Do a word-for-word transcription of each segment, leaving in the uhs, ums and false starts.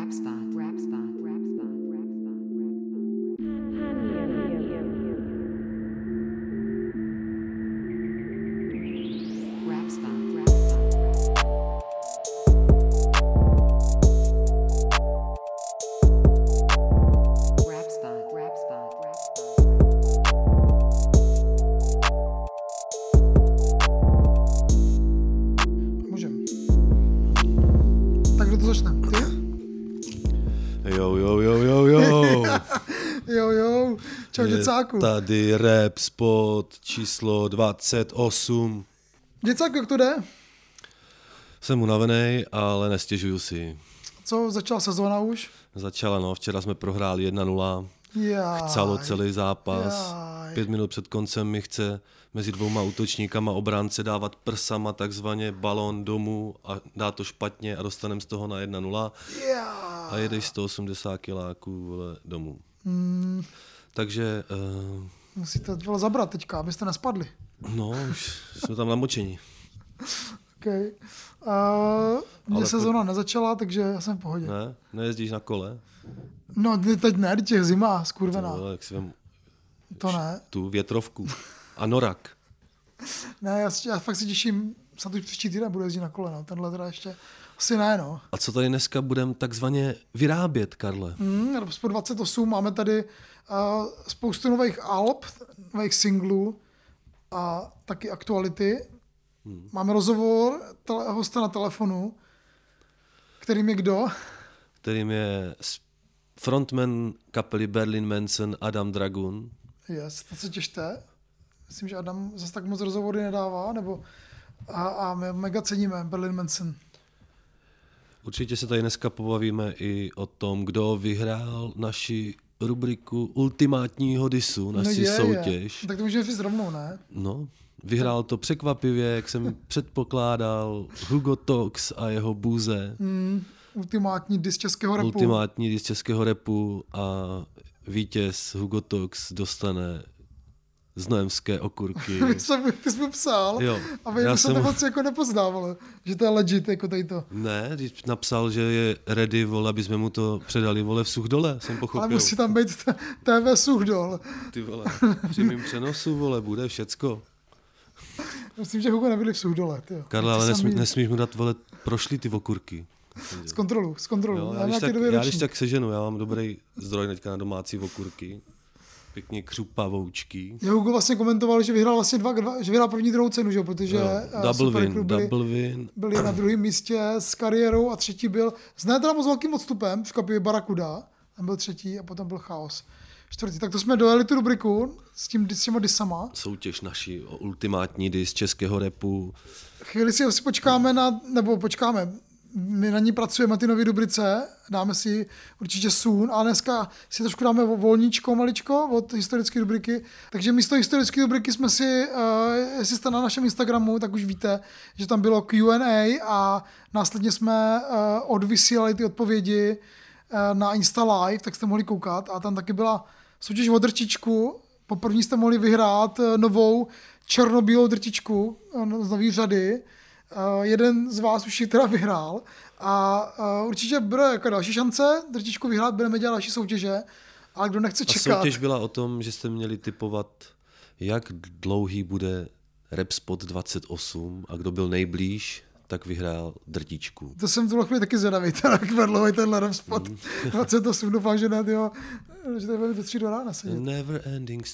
Rap spot, rap spot, rap spot, rap spot, rap spot. Rap spot, rap spot. Rap spot, rap spot, rap spot. Můžem. Tak kdo to začne? Ty? Jo, jo, jo, jo, jo. Jo, jo. Čau, Je děcáku. tady rap spot číslo dvacet osm. Děcáku, jak to jde? Jsem unavený, ale nestěžuju si. Co, začala sezóna už? Začala, no, včera jsme prohráli jedna nula. Jaj. Chcalo celý zápas. Jaj. Pět minut před koncem mi chce mezi dvouma útočníkama obránce dávat prsama takzvaně balón domů a dá to špatně a dostaneme z toho na jedna nula. Jaj. A jedeš sto osmdesát kiláků vole, domů. Hmm, Takže, uh, musíte vole zabrat teďka, abyste nespadli. no, už jsme tam namočení. Okay. Uh, Mně Ale sezóna po... nezačala, takže já jsem v pohodě. Ne? Nejezdíš na kole? No, teď ne, teď je zima, Ty skurvená. vole, jak si vem To ne. tu větrovku. A norak. Ne, já, já fakt si těším, snad už příští týden budu jezdit na kole, no. Tenhle teda ještě asi ne, no. A co tady dneska budeme takzvaně vyrábět, Karle? Hmm, po dvacet osm máme tady uh, spoustu nových alb, nových singlů a taky aktuality. Hmm. Máme rozhovor tele, hosta na telefonu, kterým je kdo? Kterým je frontman kapely Berlin Manson Adam Dragun. Yes, to se těšte. Myslím, že Adam zase tak moc rozhovory nedává, nebo a, a my mega ceníme Berlin Manson. Určitě se tady dneska pobavíme i o tom, kdo vyhrál naši rubriku ultimátního disu, naši no je, soutěž. Je. Tak to můžeme říct rovnou, ne? No, vyhrál to překvapivě, jak jsem předpokládal, Hugo Tox a jeho Buze. Hmm, ultimátní dis českého rapu. Ultimátní dis českého rapu a vítěz Hugo Tox dostane znojemské okurky. Ty jsi mi psal, Jo, a my já se jsem- to moc jako nepoznávalo, že to je legit, jako tady to. Ne, když napsal, že je ready, vole, aby jsme mu to předali, vole, v Suchdole, jsem pochopil. Ale musí tam být t- T V Suchdol. Ty vole, při mým přenosu, vole, bude všecko. Myslím, že Hugo nebyli v Suchdole. Tyjo. Karla, ale Ty nesmí, samý- nesmíš mu dát, vole, prošli ty okurky. Z kontrolu, z kontrolu. Jo, Já já, když nějaký tak, dobrý já když ročník. tak seženu, já mám dobrý zdroj teďka na domácí okurky. Pěkně křupavoučky. Já Hugo vlastně komentoval, že vyhrál vlastně dva, dva že vyhrál první druhou cenu, že jo, protože Jo, eh, double Supercrew win, byli, double win. byli na druhém místě s kariérou a třetí byl, s ne teda moc velkým odstupem, v kapě Barakuda, tam byl třetí a potom byl Chaos. Čtvrtý. Tak to jsme dojeli tu rubriku s, tím, s těma disama. Soutěž naší o ultimátní dis českého rapu. Chvíli si asi počkáme na, nebo počkáme, my na ní pracujeme, ty nové rubrice, dáme si určitě soon, a dneska si trošku dáme volníčko maličko od historické rubriky, takže místo historické rubriky jsme si, uh, jestli jste na našem Instagramu, tak už víte, že tam bylo Q and A a následně jsme uh, odvysílali ty odpovědi uh, na Insta Live, tak jste mohli koukat a tam taky byla soutěž o drtičku, poprvé jste mohli vyhrát uh, novou černobílou drtičku uh, z nový řady. Uh, jeden z vás už ji teda vyhrál a uh, určitě bude jako další šance drtičku vyhrát, budeme dělat další soutěže, ale kdo nechce A čekat. soutěž byla o tom, že jste měli tipovat, jak dlouhý bude Rap Spot dvacet osm a kdo byl nejblíž, tak vyhrál drtičku. To jsem v tuhle chvíli taky zvědavý, teda jak bude dlouhý tenhle rap spot. Mm. dvacet osm, doufám, že ne, tyjo, že to bude do tří do rána sedět. Never ending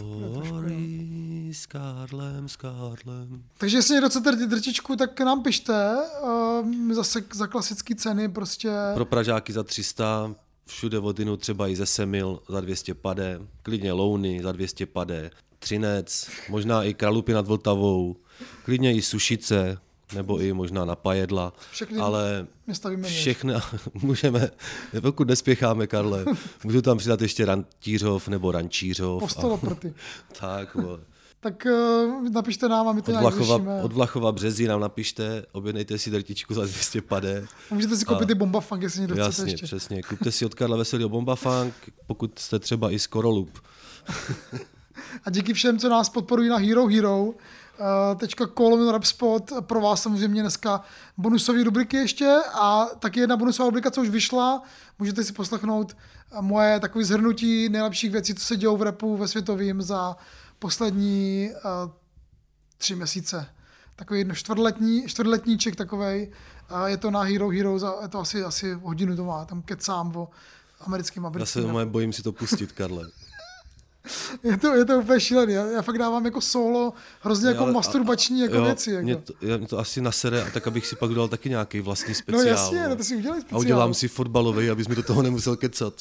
story s Karlem, s Karlem. Takže jestli někdo chcete drtičku, tak nám pište, uh, my zase za klasické ceny prostě. Pro Pražáky za tři sta, všude vodinu třeba i ze Semil za dvě stě pade, klidně Louny za dvě stě pade, Třinec, možná i Kralupy nad Vltavou, klidně i Sušice, nebo i možná na Pajedla, Všechny ale města vyjmenuješ. všechny můžeme, pokud nespěcháme, Karle, můžu tam přidat ještě Rantířov nebo Rančířov. Postolo prty. Tak, vole. Tak uh, napište nám a my to Od nějak Vlachova, řešíme. od Vlachova Březí nám napište, objednejte si drtičku za dvě stě pade. Můžete si koupit A- i Bomba Funk, jestli někdo chcete Jasně, ještě. přesně. Kupte si od Karla Veselýho Bomba Funk, pokud jste třeba i z Korolup. A díky všem, co nás podporují na Hero Hero, tečka co lomeno Rapspot, pro vás samozřejmě dneska bonusové rubriky ještě a taky jedna bonusová rubrika, co už vyšla. Můžete si poslechnout moje takové shrnutí nejlepších věcí, co se dějou v rapu ve světovým za poslední uh, tři měsíce. Takový čtvrtletní, čtvrtletníček takovej. Uh, je to na Hero Hero, za, je to asi, asi hodinu to má, tam kecám o americkým a britským Já se rapu. bojím si to pustit, Karle. Je to, je to úplně šílený. Já, já fakt dávám jako solo hrozně jako Ale- masturbační jako jo, věci. Jako. Mě to, já- mě to asi nasere, a tak abych si pak dal taky nějaký vlastní No speciál. jasně, no to si udělej A speciál. udělám si fotbalový, abys mi do toho nemusel kecat.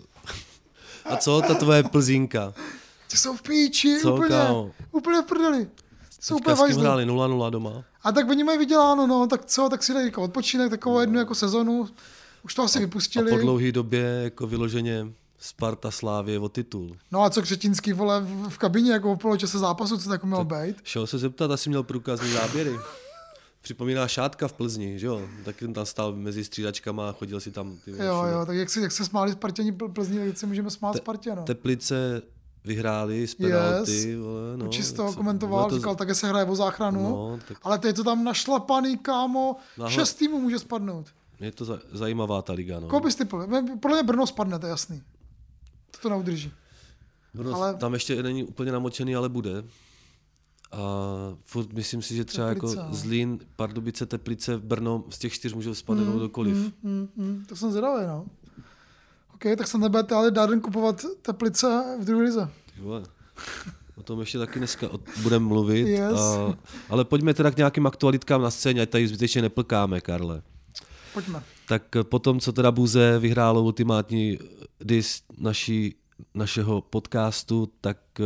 A co ta tvoje Plzínka? Ty jsou v píči, Co, úplně, kámo? úplně v prdeli. Jsou úplně Teďka s tím vajzli. hráli nula nula doma. A tak oni mají vyděláno, no, tak co, tak si dají jako odpočinek, takovou jednu jako sezonu. Už to asi A vypustili. po dlouhé době jako vyloženě Sparta Slávě o titul. No a co Křetínský, vole, v, v kabině, jako v poločase zápasu, co to jako mělo být? Šel se zeptat, asi měl průkazní záběry. Připomíná Šátka v Plzni, že jo? Taky tam stál mezi střídačkama a chodil si tam. Ty, Jo, jo, tak jak se, jak se smáli Spartěni Pl- Plzni, tak se můžeme smát Spartě, no. Teplice vyhráli z penalty. Yes. Vole, no, Čisto tak se- komentoval, bylo to- říkal, také se hraje o záchranu. No, tak Ale teď je to tam našlapaný, kámo, Nahle- šest týmů může spadnout. je to za- zajímavá ta liga. No. Koho bys typl? Podle mě Brno spadne, to je jasný. To to neudrží. Brno, ale- ale... Tam ještě není úplně namočený, ale bude. A furt myslím si, že třeba Teplice, jako no. Zlín, Pardubice, Teplice, Brno, z těch čtyř můžou spadnout mm, dokoliv. Mm. Mm, mm, to jsem zvědavý, no. OK, tak se nebudete ale Darden kupovat Teplice v druhé lize. O tom ještě taky dneska od- budeme mluvit. Yes. A, ale pojďme teda k nějakým aktualitkám na scéně, ať tady zbytečně neplkáme, Karle. Pojďme. Tak potom, co teda Buze vyhrálo ultimátní dis naší, našeho podcastu, tak uh,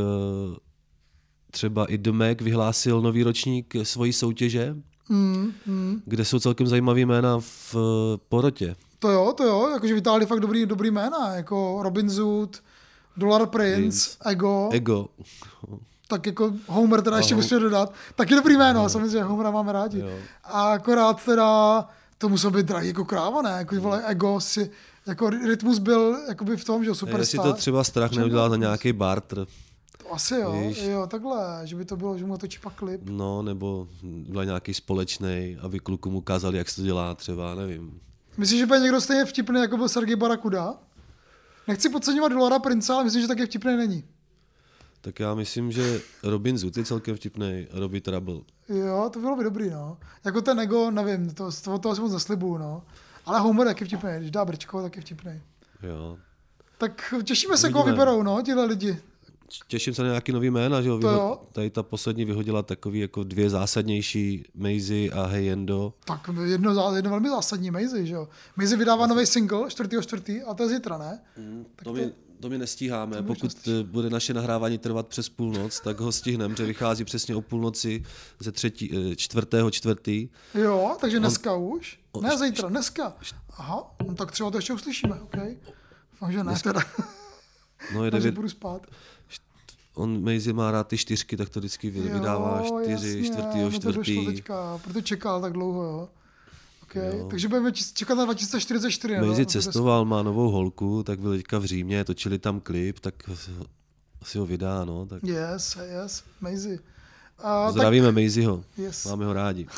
třeba i The Mac vyhlásil nový ročník svojí soutěže, Mm, mm. kde jsou celkem zajímavý jména v uh, porotě. To jo, to jo, jakože vytáhli fakt dobrý, dobrý jména, jako Robin Zoot, Dollar Prince, Prince. Ego, Ego. tak jako Homer teda ještě Ahoj. musíme dodat. Taky dobrý jméno, samozřejmě Homera máme rádi. Jo. A akorát teda to muselo být drahý jako kráva, ne? Jako vole, Ego si, jako Rytmus byl jakoby v tom, že Jestli superstar. to třeba strach Čem neudělá byl za Rytmus? nějaký barter, To asi jo, Víš. jo, takhle, že by to bylo, že mu natočí pak klip. no, nebo byla nějaký společný, aby klukům ukázali, jak se to dělá třeba, nevím. Myslíš, že bude někdo stejně vtipný, jako byl Sergej Barakuda? Nechci podceňovat Dolara Prince, ale myslím, že taky vtipný není. Tak já myslím, že Robin Zoot je celkem vtipný a Robbie Trouble. Jo, to bylo by dobrý, no. Jako ten Ego, nevím, to, to, to asi moc neslibuju, no. Ale Homer taky vtipný, když dá brčko, taky vtipný. Jo. Tak těšíme se, koho Uvidíme. vyberou, no, tihle lidi. Těším se na nějaký nový jména, že jo? To Vyho- jo. Tady ta poslední vyhodila takový jako dvě zásadnější, Maisie a Heyendo. Tak jedno, zá- jedno velmi zásadní Maisie, že jo. Maisie vydává nový single, čtvrtého čtvrtý a to je zítra, ne? To, to, my, to my nestíháme. to my už Pokud eh, bude naše nahrávání trvat přes půlnoc, tak ho stihneme, že vychází přesně o půlnoci ze třetí, eh, čtvrtého čtvrtý. Jo, takže dneska už. on- Ne, št- zítra, dneska. Aha, no tak třeba to ještě uslyšíme, OK. Doufám, že ne teda. No je Takže devět, budu spát. on Maisie má rád ty čtyřky, tak to vždycky vy- vydává čtyři, jasně, čtvrtýho, no to došlo čtvrtý. teďka, proto čekal tak dlouho, jo. Okay. Jo. Takže budeme či- čekat na dva tisíce čtyřicet čtyři. nebo? Maisie To bude cestoval, má novou holku, tak byl teďka v Římě, točili tam klip, tak asi ho vydá, no. Tak Yes, yes, Maisie. Uh, zdravíme Maisieho, Yes. máme ho rádi.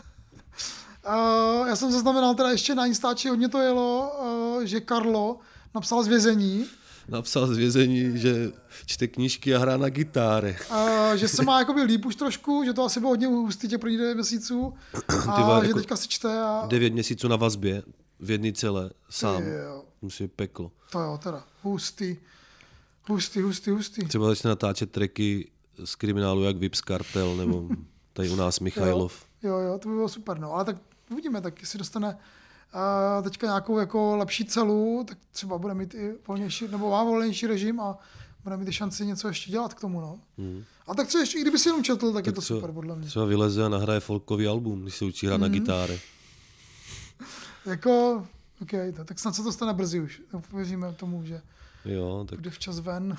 Uh, já jsem zaznamenal teda ještě na Instači, hodně to jelo, uh, že Karlo napsal z vězení, Napsal z vězení, že čte knížky a hrá na gitáře. uh, že se má jakoby líp už trošku, že to asi bylo hodně hustý těch prvních devět měsíců a vole, že jako teďka si čte a... Devět měsíců na vazbě, v jedné celé, sám. Jo, Musí peklo. to jo, teda, hustý, hustý, hustý, hustý. Třeba začne natáčet tracky z kriminálu jak Vips Kartel, nebo tady u nás Michailov. Jo, jo, to by bylo super, no, ale tak uvidíme, tak jestli dostane uh, teďka nějakou jako lepší celu, tak třeba bude mít i volnější, nebo má volnější režim a bude mít i šanci něco ještě dělat k tomu, no. Hmm. A tak třeba ještě, i kdyby si jenom četl, tak, tak je to třeba, super, podle mě. Třeba vyleze a nahraje folkový album, když se učí hrát mm. na gitáře. Jako, OK, to, tak snad se to stane brzy už. Věříme tomu, že Jo, tak bude včas ven.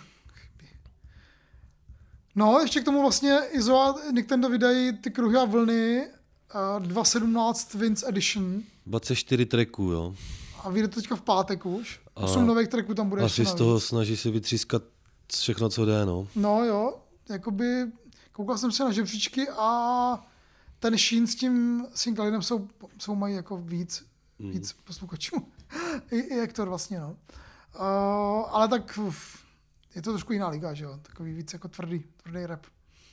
No, ještě k tomu vlastně Izo a Nintendo vydají ty kruhy a vlny uh, dva sedmnáct Vince Edition dvacet čtyři tracků, jo. a vyjde to teďka v pátek už. A osm nových tracků tam bude Asi ještě z navíc. toho snaží se vytřískat všechno, co jde, no. No jo, jakoby koukal jsem se na žebříčky a ten Sheen s tím Singalinem jsou, jsou mají jako víc, mm. víc posluchačů. I, I Hector vlastně, no. Uh, ale tak uf, je to trošku jiná liga, že jo? Takový víc jako tvrdý, tvrdý rap.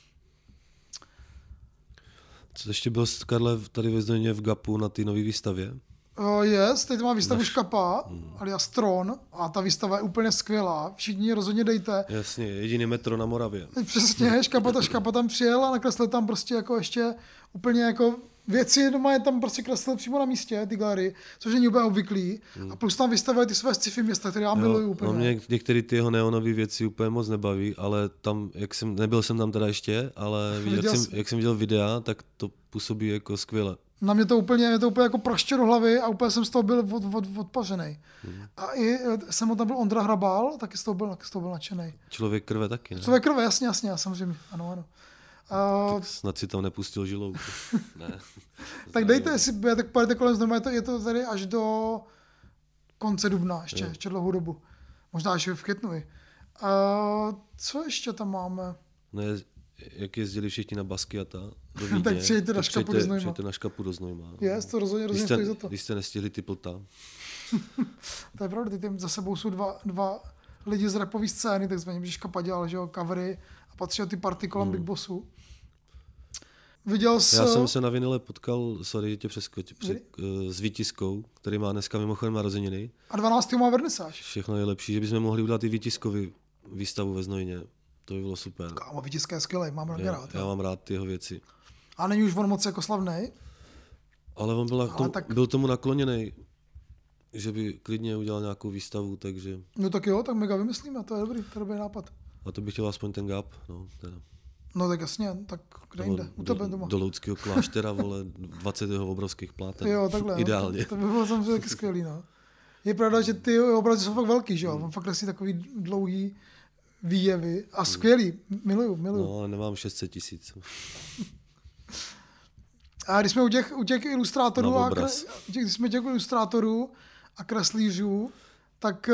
Co ještě byl, Karle, tady ve Znojmě v Gapu na té nové výstavě? Uh, yes, teď má výstavu Naš... Škapa, hmm. alias Tron, a ta výstava je úplně skvělá. Všichni ji rozhodně dejte. Jasně, jediný metro na Moravě. Přesně, Škapa, ta Škapa tam přijel a nakreslil tam prostě jako ještě úplně jako věci, doma je tam prostě kreslil přímo na místě, ty galerie, což není úplně obvyklý. Hmm. A plus tam vystavuje ty své sci-fi města, které já jo, miluju úplně. No mě některé ty jeho neonové věci úplně moc nebaví, ale tam, jak jsem, nebyl jsem tam teda ještě, ale jak jsem, jak jsem viděl videa, tak to působí jako skvěle. Na mě to úplně, mě to úplně jako praště do hlavy a úplně jsem z toho byl od, od, odpažený. Hmm. A i jsem tam byl Ondra Hrabal, taky z toho byl, taky z toho byl nadšený. Člověk krve taky, ne? Člověk krve, jasně, jasně, samozřejmě, ano, ano. Uh, snad si tam nepustil žilou. Ne. Tak dejte, jestli tak pojďte kolem znova, je to, je to tady až do konce dubna, ještě, ještě dlouhou dobu. Možná až v květnu. Uh, co ještě tam máme? Ne, jak jezdili všichni na Basquiata do Vídně, tak přijďte na Škapu do Znojma. Přijďte na Škapu do Znojma. Yes, to rozhodně, rozhodně stojí za to. Když jste nestihli ty plta. To je pravda, ty za sebou jsou dva, dva lidi z rapové scény, takzvaně, že Škapa dělal, že jo, covery a patří ty party kolem hmm. Big Bossu. Viděl jsi... Já jsem se na vinile potkal, sorry, že tě přeskočím, před, s Výtiskou, který má dneska mimochodem narozeniny. A dvanáctého má vernisáž. Všechno je lepší, že bychom mohli udělat i Výtiskovi výstavu ve Znojmě. To by bylo super. Kámo, Výtiska je skvělej, mám rád. Já, já mám rád ty jeho věci. A není už on moc jako slavnej? Ale on byl, Ale tom, tak... byl tomu nakloněný, že by klidně udělal nějakou výstavu, takže... No tak jo, tak mega vymyslíme, to je dobrý, to je dobrý nápad. A to bych chtěl aspoň ten gap, no teda. No tak jasně, tak kde jinde? U tebe doma. Do Loudského kláštera, vole, dvacet jeho obrovských pláten. Jo, takhle. Ideálně. No, to, to by bylo samozřejmě taky skvělý, no. Je pravda, že ty obrazy jsou fakt velký, že jo? On fakt asi takový dlouhý výjevy a skvělý. Miluju, miluju. No, ale nemám šest set tisíc. A když jsme u těch, u těch ilustrátorů a kre, když jsme těch ilustrátorů a kreslířů, tak...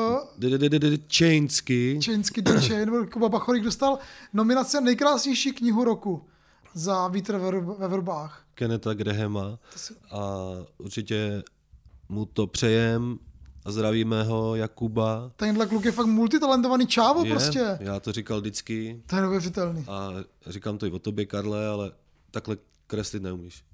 Čejnsky. Čejnsky The Chain. Kuba Bachorík dostal nominaci na nejkrásnější knihu roku za Vítr ve vrbách. Kenneta Grahama. A určitě mu to přejem a zdravíme ho, Jakuba. Tenhle kluk je fakt multitalentovaný čávo je, prostě. Já to říkal vždycky. To je neuvěřitelný. A říkám to i o tobě, Karle, ale takhle kreslit neumíš.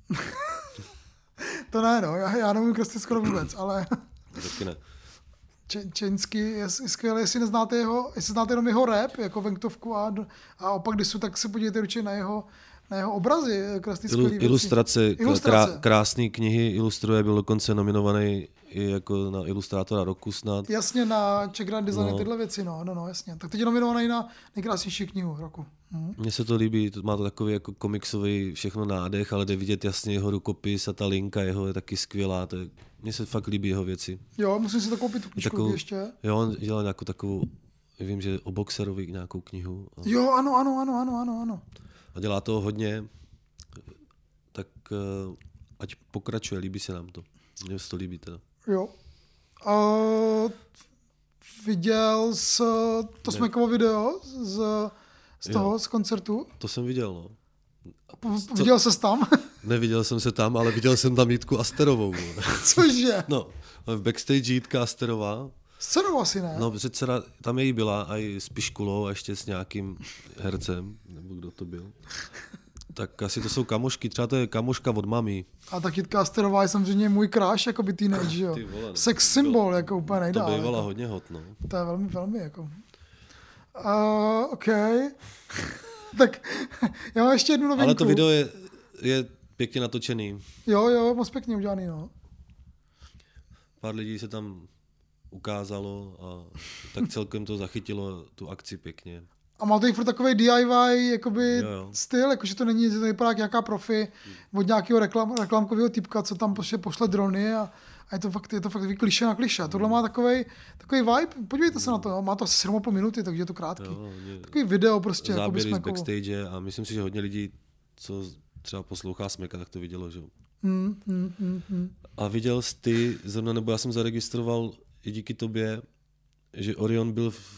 To ne, no. Já, já neumím kreslit skoro vůbec, ale... Taky ne. Čejnsky je skvělý, jestli neznáte jeho, jestli znáte jenom jeho rap, jako Venktovku a, a opak Disu, tak se podívejte určitě na jeho, na jeho obrazy, krásný skvělý věci. Ilustrace, Ilustrace. Krá, krásný knihy ilustruje, byl dokonce nominovaný i jako na ilustrátora roku snad. Jasně, na Czech Grand Design, no. Tyhle věci, no, no, no, jasně. Tak teď je nominovaný na nejkrásnější knihu roku. Hm. Mně se to líbí, má to takový jako komiksový všechno nádech, ale jde vidět jasně jeho rukopis a ta linka jeho je taky skvělá. To je, mně se fakt líbí jeho věci. Jo, musím si to koupit tu knižku ještě. Jo, on dělal nějakou takovou, vím, že o boxerovi nějakou knihu. A... Jo, ano, ano, ano, ano, ano, ano. A dělá toho hodně, tak uh, ať pokračuje, líbí se nám to. Mně se to líbí teda. Jo. Uh, viděl jsi to Smekovo video z, z toho, jo. z koncertu? To jsem viděl, no. Co? Viděl ses tam? Neviděl jsem se tam, ale viděl jsem tam Jitku Asterovou. Cože? No, v backstage Jitka Asterová. S dcerou asi ne? No, přece tam její byla a i s Piškulou a ještě s nějakým hercem, nebo kdo to byl. Tak asi to jsou kamošky, třeba to je kamoška od mami. A tak Jitka Asterová je samozřejmě můj crush, jako by teenage, jo. Ty vole, sex symbol, jako úplně nejdál. To bývala jako. hodně hot, no. To je velmi, velmi, jako. Uh, OK. Tak já mám ještě jednu novinku. Ale to video je, je pěkně natočený. Jo, jo, moc pěkně udělaný, no. Pár lidí se tam ukázalo a tak celkem to zachytilo tu akci pěkně. A má to i furt takovej D I Y jakoby jo, jo. styl, jakože to není, že to vypadá jak nějaká profi od nějakého reklam, reklamkového typka, co tam pošle, pošle drony a, a je to fakt, je to fakt kliše na kliše. A tohle má takovej, takovej vibe, podívejte se na to, jo. Má to asi sedm a půl minuty, takže je to krátký. Jo, je, takový video prostě. Záběry z backstage a myslím si, že hodně lidí, co třeba poslouchá Smeka, tak to vidělo, že jo. Mm, mm, mm, mm. A viděl jsi ty, zrovna, nebo já jsem zaregistroval i díky tobě, že Orion byl v,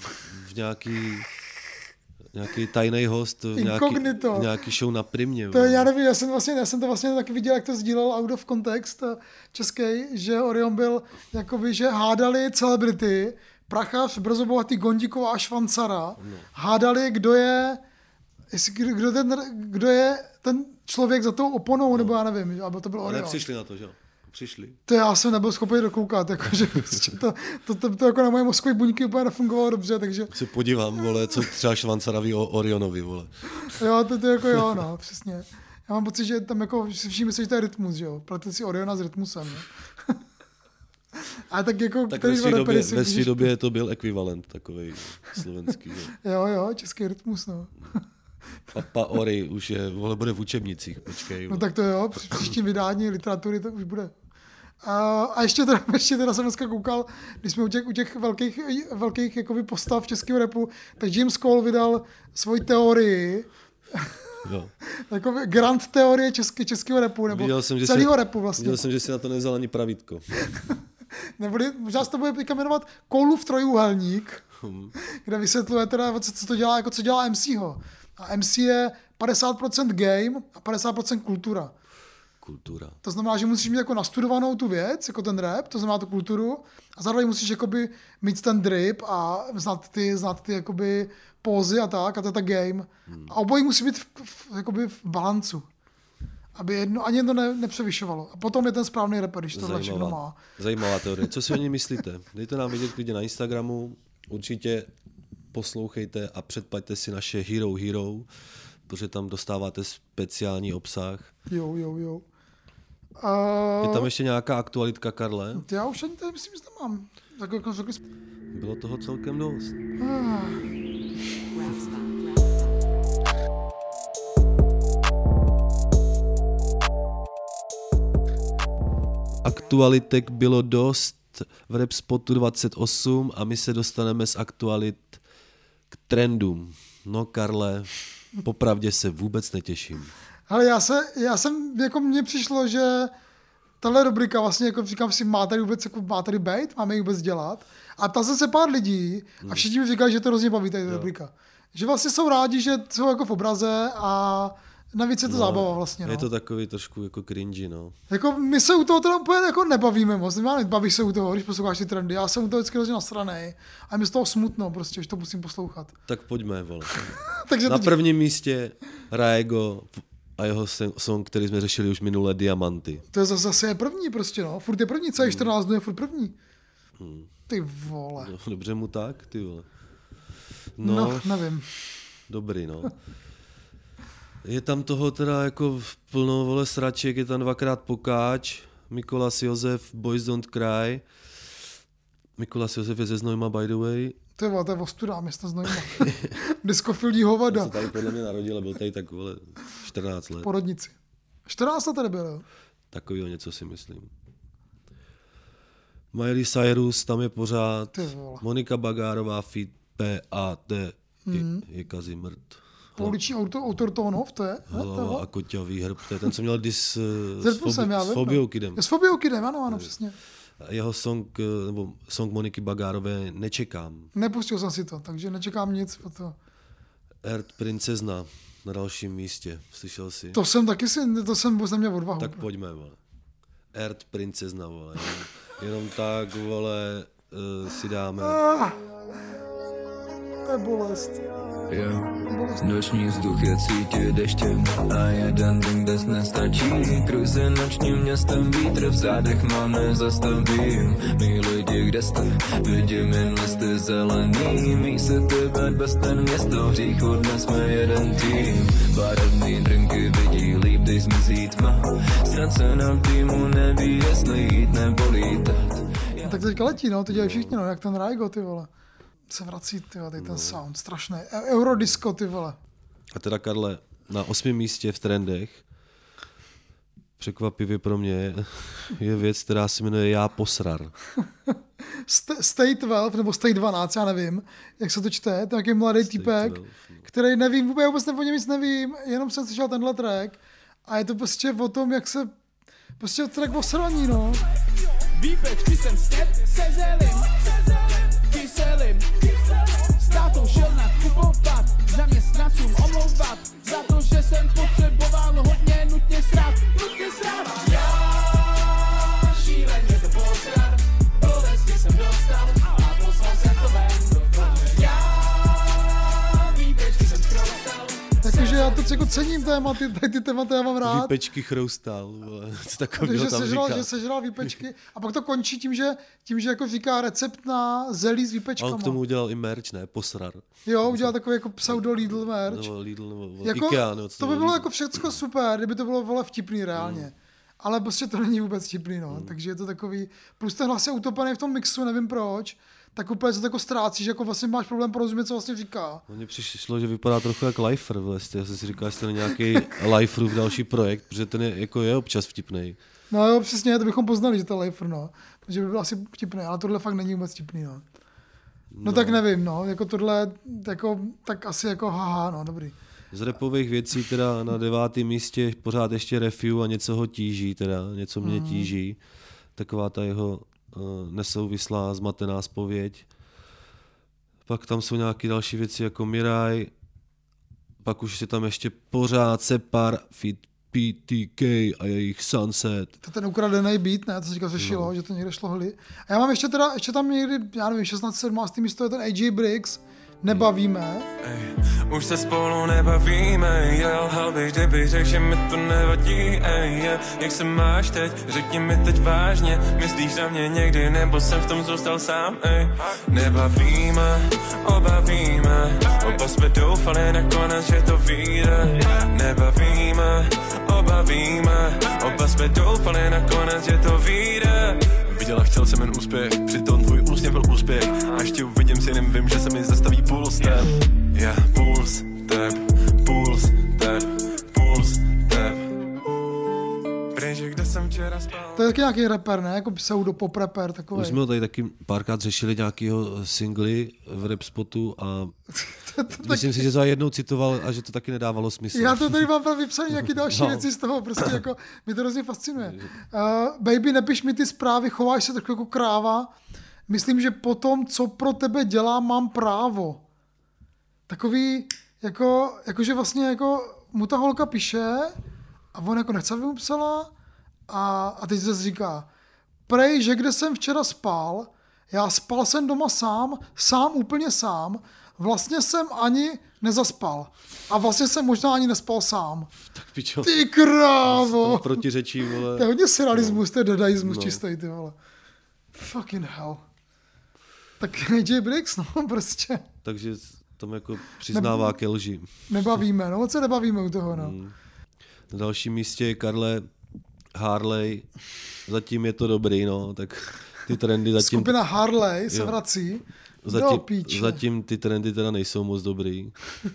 v nějaký, nějaký tajný host, v nějaký, Inkognito. v nějaký show na Primě. To já nevím, já jsem, vlastně, já jsem to vlastně taky viděl, jak to sdílel out of context český, že Orion byl, jakoby, že hádali celebrity, Prachař, Brzo bohatý, Gondíková a Švancara, no. Hádali, kdo je, jestli, kdo, ten, kdo je ten člověk za tou oponou, no. Nebo já nevím, aby to byl Orion. Ale nepřišli na to, že jo? Přišli. To já jsem nebyl schopný dokoukat, jakože prostě to, to, to, to, jako na moje mozkové buňky úplně nefungovalo dobře, takže... Se podívám, vole, co třeba Švancara ví o Orionovi, vole. Jo, to, to jako jo, no, přesně. Já mám pocit, že tam jako si všichni myslí, že to je rytmus, že jo? Plete si Oriona s rytmusem, jo? A tak jako... Tak ve své době, ve svý době to byl ekvivalent takovej slovenský, jo? Jo, jo, český rytmus, no. Papa Ori už je, vole, bude v učebnicích, počkej. No tak to jo, při příštím vydání literatury to už bude. A, a ještě, teda, ještě teda jsem dneska koukal, když jsme u těch, u těch velkých, velkých jakoby postav českého rapu, tak James Cole vydal svoji teorii, jo. Jako grand teorie české, českého rapu, nebo jsem, celého si, rapu vlastně. Viděl jsem, že si na to nevzal ani pravítko. Neboli, možná se to bude teďka jmenovat Coleův trojúhelník, hmm. kde vysvětluje teda, co, co to dělá, jako co dělá M C ho. A M C je padesát procent game a padesát procent kultura. Kultura. To znamená, že musíš mít jako nastudovanou tu věc, jako ten rap, to znamená tu kulturu, a zároveň musíš jakoby mít ten drip a znát ty, znát ty jakoby pózy a tak, a to je ta game. Hmm. A obojí musí být v, v, jakoby v balancu. Aby jedno, ani jedno ne, nepřevyšovalo. A potom je ten správný rapper, když tohle všechno má. Zajímavá teorie. Co si o ní myslíte? Dejte nám vědět klidně na Instagramu. Určitě poslouchejte a předplaťte si naše Hero Hero, protože tam dostáváte speciální obsah. Jo, jo, jo. Uh, je tam ještě nějaká aktualitka, Karle? Já už ani tady myslím, že tam mám. Tak jako řekli... Bylo toho celkem dost. Uh. Aktualitek bylo dost v RapSpotu dvacet osm a my se dostaneme z aktualit k trendům. No, Karle, popravdě se vůbec netěším. Ale já se, já jsem, jako mně přišlo, že tahle rubrika vlastně, jako říkám si, má tady vůbec, jako má tady být, máme ji vůbec dělat. A ptal jsem se pár lidí a všichni mi říkali, že to hrozně baví, tady ta rubrika. Že vlastně jsou rádi, že jsou jako v obraze a navíc je to no, zábava vlastně. No. Je to takový trošku jako cringy, no. Jako my se u toho teda úplně jako nebavíme moc, nebavíš se u toho, když posloucháš ty trendy. Já jsem u toho vždycky hrozně nasranej a mi z toho smutno prostě, že to musím poslouchat. Tak pojďme, vole. Takže na teď... prvním místě Raego a jeho song, který jsme řešili už minulé, Diamanty. To je zase, zase je první prostě, no. Furt je první, celý čtrnáct dnů je furt první. Hmm. Ty vole. No, dobře mu tak, ty vole. No, no nevím. Dobrý, no. Je tam toho teda jako plno, vole, sraček, je tam dvakrát Pokáč, Mikolas Josef, Boys Don't Cry. Mikolas Josef je ze Znojma, by the way. To je, to je ostuda, město Znojma. Diskofilní hovada. On se tady podle mě narodil, byl tady tak, vole, čtrnáct let. V porodnici. čtrnáct let tady byl, jo? Takovýho něco si myslím. Miley Cyrus, tam je pořád. Monika Bagárová, feat P A T, mm. je, je Kazimrt. Pouliční autor, autor Tónov, to je? Hlava a koťavý hrb, to je ten, co měl dis s, s, fobi, s Fobiou Kidem. S Fobiou Kidem, ano, ano, přesně. Jeho song, nebo song Moniky Bagárové Nečekám. Nepustil jsem si to, takže nečekám nic. To. Erd Princezna na dalším místě, slyšel jsi? To jsem taky si, to jsem vůbec neměl odvahu. Tak pojďme, vole. Erd Princezna, vole. Jenom, jenom tak, vole, uh, si dáme. Ah, to je bolest. Jo, noční vzduch je cítit deštěm a jeden den dnes nestačí. Kruze nočním městem, vítr v zádech mám nezastavím. Mí lidi, kde jste? Vidím jen listy zelený. Mí se tebe bez ten město, hříchu dnes jsme jeden tým. Barevný drinky vidí líp, když zmizí tma. Ztracenám týmu neví, jestli jít nebo lítat. No, tak teďka letí, no, to dělají všichni, no, jak ten Raigo, ty vole. Se vrací, ty vole, ten no. sound, strašný. Eurodisco, ty vole. A teda, Karle, na osmém místě v trendech, překvapivě pro mě, je věc, která se jmenuje Já posrar. State dvanáct, nebo State dvanáct, já nevím, jak se to čte, to je nějaký mladý týpek, který nevím, vůbec, vůbec o něm nic nevím, jenom jsem slyšel tenhle track a je to prostě o tom, jak se, prostě track o sraní, no. Výpečky jsem step se zelím, kyselým, tátou šel nakupovat, zaměstnancům omlouvat, za to, že jsem potřeboval hodně nutně srát, nutně srát. Já šíleně to posrát, bolesti jsem dostal a poslal jsem to ven. Já výpečky jsem zkroustal. Takže já to jako cením tématy, tady ty témata já mám rád. Výpečky chroustal, co takového Že tam sežral, říká. že sežral výpečky a pak to končí tím, že, tím, že jako říká recept na zelí s A výpečkama. on k tomu udělal i merch, ne? Posrar. Jo, udělal takový jako pseudo Lidl merch. Nebo Lidl, nebo Jako, Ikea, nebo co to by bylo jako všecko super, kdyby to bylo vole vtipný reálně. Mm. Ale prostě to není vůbec vtipný, no. Mm. Takže je to takový, plus ten hlas je utopený v tom mixu, nevím proč, tak úplně se to jako ztrácíš, jako vlastně máš problém porozumět, co vlastně říká. Mně přišlo, že vypadá trochu jak Lifer vlastně. Já jsem si říkal, jestli to není nějaký Liferův další projekt, protože ten je, jako je občas vtipnej. No jo, přesně, to bychom poznali, že to je Lifer, no. Takže by byl asi vtipný, ale tohle fakt není vůbec vtipný, no. No, no tak nevím, no, jako tohle, jako, tak asi jako haha, no, dobrý. Z rapových věcí teda na devátém místě pořád ještě Refiu a něco ho tíží, teda něco mě mm. tíží. Taková ta jeho uh, nesouvislá, zmatená zpověď. Pak tam jsou nějaké další věci jako Miraj, pak už je tam ještě pořád Separ, Fit P T K a jejich Sunset. To ten ukradený beat, ne, to se říká řešilo, no. Že to někde šlo hli. A já mám ještě teda, ještě tam někdy, já nevím, šestnáct sedmnáct místo je ten A J Briggs, Nebavíme. Ej, už se spolu nebavíme, já lhal bych, kdybych řekl, že mi to nevadí, ej, yeah. Jak se máš teď, řekni mi teď vážně, myslíš na mě někdy, nebo jsem v tom zůstal sám, ej. Nebavíme, obavíme, oba jsme doufali nakonec, že to vyjde. Nebavíme, obavíme, oba jsme doufali nakonec, že to vyjde. Viděla, chtěl jsem jen úspěch, přitom tvůj úsměv byl úspěch. Až tě uvidím s jiným, vím, že se mi zastaví puls tep. Yeah, puls tep, puls tep, puls tep. Pryč, kde jsem včera spal. To je taky nějaký rapper, ne? Jako pseudo pop rapper takový. Už jsme ho tady taky párkrát řešili nějakýho singly v rap spotu a to, to myslím taky... si, že to jednou citoval a že to taky nedávalo smysl. Já to tady mám právě vypsaný nějaký další no. věci z toho, prostě jako, mě to hrozně fascinuje. Uh, baby, nepiš mi ty zprávy, chováš se trochu jako kráva. Myslím, že po tom, co pro tebe dělám, mám právo. Takový, jako, jakože vlastně jako mu ta holka píše a on jako nechce, aby mu psala a, a teď se říká, prej, že kde jsem včera spal, já spal jsem doma sám, sám úplně sám, vlastně jsem ani nezaspal. A vlastně jsem možná ani nespal sám. Tak pičo. Ty krávo. Protiřečí, vole. To je hodně surrealismus, to je dadaismus No. čistý, ty vole. Fucking hell. Tak A J Briggs, no, prostě. Takže tam jako přiznává ke lži. Nebavíme, no, moc se nebavíme u toho, no. Hmm. Na dalším místě je Karle Harley. Zatím je to dobrý, no, tak ty trendy zatím... Skupina Harley se jo. vrací. Zatím, Do píče. zatím ty trendy teda nejsou moc dobrý.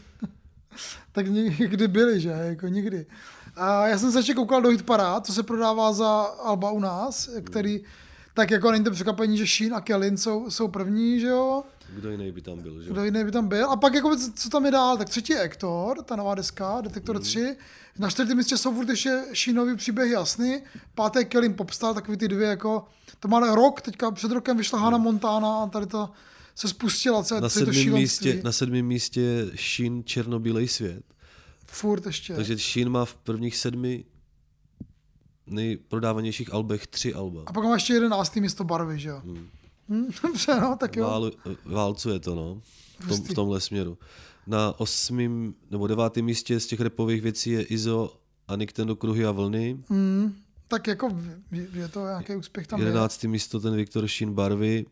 Tak nikdy byly, že? Jako nikdy. A já jsem se ještě koukal do Hitparád, co se prodává za alba u nás, který, tak jako není to překvapení, že Sheen a Kellyn jsou, jsou první, že jo? Kdo jiný by tam byl, že? Kdo jiný by tam byl. A pak jako, co tam je dál, tak třetí je Ektor, ta nová deska, Detektor mm. tři. Na čtvrtém místě jsou furt ještě Sheenový příběh jasný. Páté Kellyn Popstar, takový ty dvě jako, to má rok, teďka před rokem vyšla Hannah Montana a tady to se spustila celé Na to sedmém šílenství. místě, na sedmém místě je Sheen Černobílej svět. Furt ještě. Takže Sheen má v prvních sedmi nejprodávanějších albech tři alba. A pak má ještě jedenáctý místo Barvy, že jo? Hmm. Hmm, dobře, no, tak jo. Válu, válcuje to, no, v, tom, v tomhle směru. Na osmém nebo devátém místě z těch rapových věcí je Izo a Nintendo Kruhy a vlny. Hmm, tak jako je to nějaký úspěch tam. jedenácté místo ten Viktor Sheen Barvy.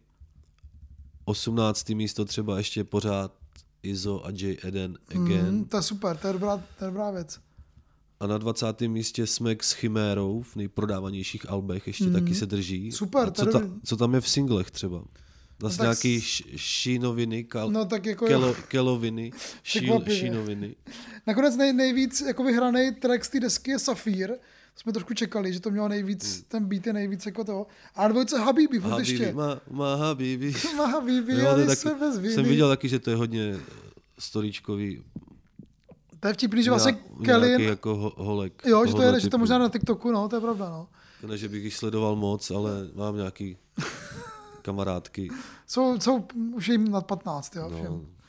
osmnácté místo třeba ještě pořád Izo a J. Eden Again. Hmm, to je super, to je dobrá, to je dobrá věc. A na dvacátém místě Smek s Chimérou v nejprodávanějších albech ještě mm. taky se drží. Super. A co, ta, co tam je v singlech třeba? Zase no nějaký s... šínoviny, kal... no, tak jako kelo, keloviny, šíl, šínoviny. Nakonec nej, nejvíc jako vyhraný track z té desky je Safír. Jsme trošku čekali, že to mělo nejvíc, mm. ten beat je nejvíc jako toho. A dvojce Habibi, furt Habibi, ještě. má, má Habibi. Má Habibi, jo, ale taky, se bez viny. Jsem viděl taky, že to je hodně storíčkový. To je vtipný, že vlastně Kellyn... jako ho, holek. Jo, že to je, že to možná na TikToku, no, to je pravda, no. To ne, že bych jich sledoval moc, ale mám nějaký kamarádky. Jsou, jsou už jim nad patnáct, jo, no. všem.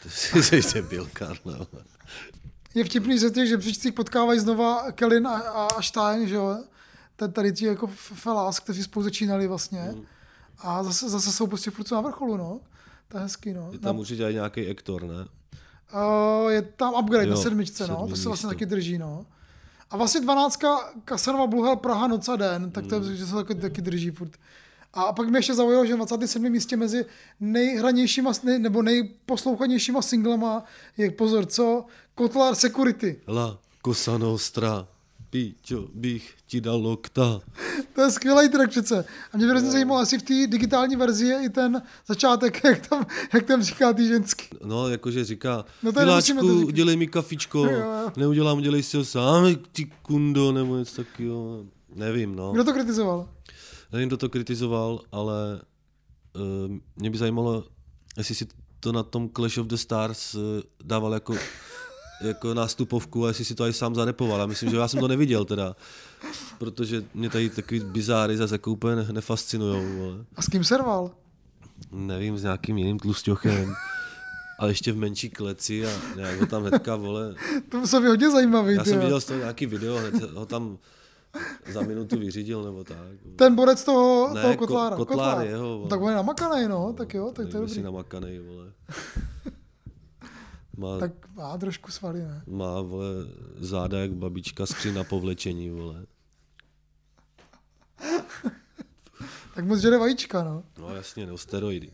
Ty jsi debil, Karlo. Je vtipný, že v těch žebříčcích potkávají znova Kellyn a, a Stein, že jo? Tady ti jako felás, kteří spolu začínali vlastně. Hmm. A zase, zase jsou prostě furt na vrcholu, no. To je hezký, no. Je tam na... určitě i nějaký Ektor, ne? Uh, je tam upgrade jo, na sedmičce, no. To se místo. vlastně taky drží, no. A vlastně dvanáctka Kasanova Bluhel Praha Noc a den, tak to je, že se taky, taky drží furt. A pak mě ještě zaujalo, že na dvacátém sedmém místě mezi nejhranějšíma nej, nebo nejposlouchanějšíma singlema je, pozor, co? Kotlar Security. La Cosa Nostra, píčo, bych ti dal lokta. To je skvělý track přece. A mě hrozně zajímalo, jestli v té digitální verzi je i ten začátek, jak tam, jak tam říká ty ženský. No, jakože říká, No to Miláčku, udělej mi kafičko, Jo, jo. neudělám, udělej si ho sám, ty kundo, nebo něco takového. Nevím, no. Kdo to kritizoval? Nevím, kdo to kritizoval, ale uh, mě by zajímalo, jestli si to na tom Clash of the Stars uh, dával jako, jako nástupovku a jestli si to aj sám zarepoval. Já myslím, že já jsem to neviděl teda, protože mě tady takový bizáry zase jako úplně ne- nefascinujou. Vole. A s kým serval? Nevím, s nějakým jiným tlusťochem, ale ještě v menší kleci a nějak ho tam hnedka, vole. To musel být hodně zajímavý. Já jsem tyjo. viděl z toho nějaký video, hned ho tam za minutu vyřídil nebo tak. Ten borec toho, Ne, toho ko- Kotlára. Kotlár jeho, No, vole. tak on je namakanej, no. Tak jo, tak to je Nevím, dobrý. jestli namakanej, vole. Má, Tak má trošku svaly, ne? má, vole, záda jak babička skříň na povlečení, vole. Tak moc žere vajíčka, no. No jasně, no, steroidy.